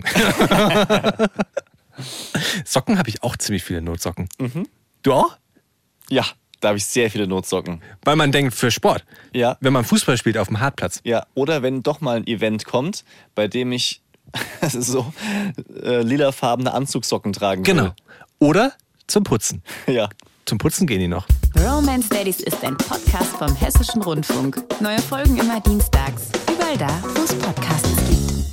Socken habe ich auch ziemlich viele Notsocken. Du auch? Ja, da habe ich sehr viele Notsocken. Weil man denkt, für Sport. Ja. Wenn man Fußball spielt auf dem Hartplatz. Ja, oder wenn doch mal ein Event kommt, bei dem ich so äh, lilafarbene Anzugssocken tragen will. Genau. Oder zum Putzen. Ja. Zum Putzen gehen die noch. Romance Daddies ist ein Podcast vom Hessischen Rundfunk. Neue Folgen immer dienstags. Überall da, wo es Podcasts gibt.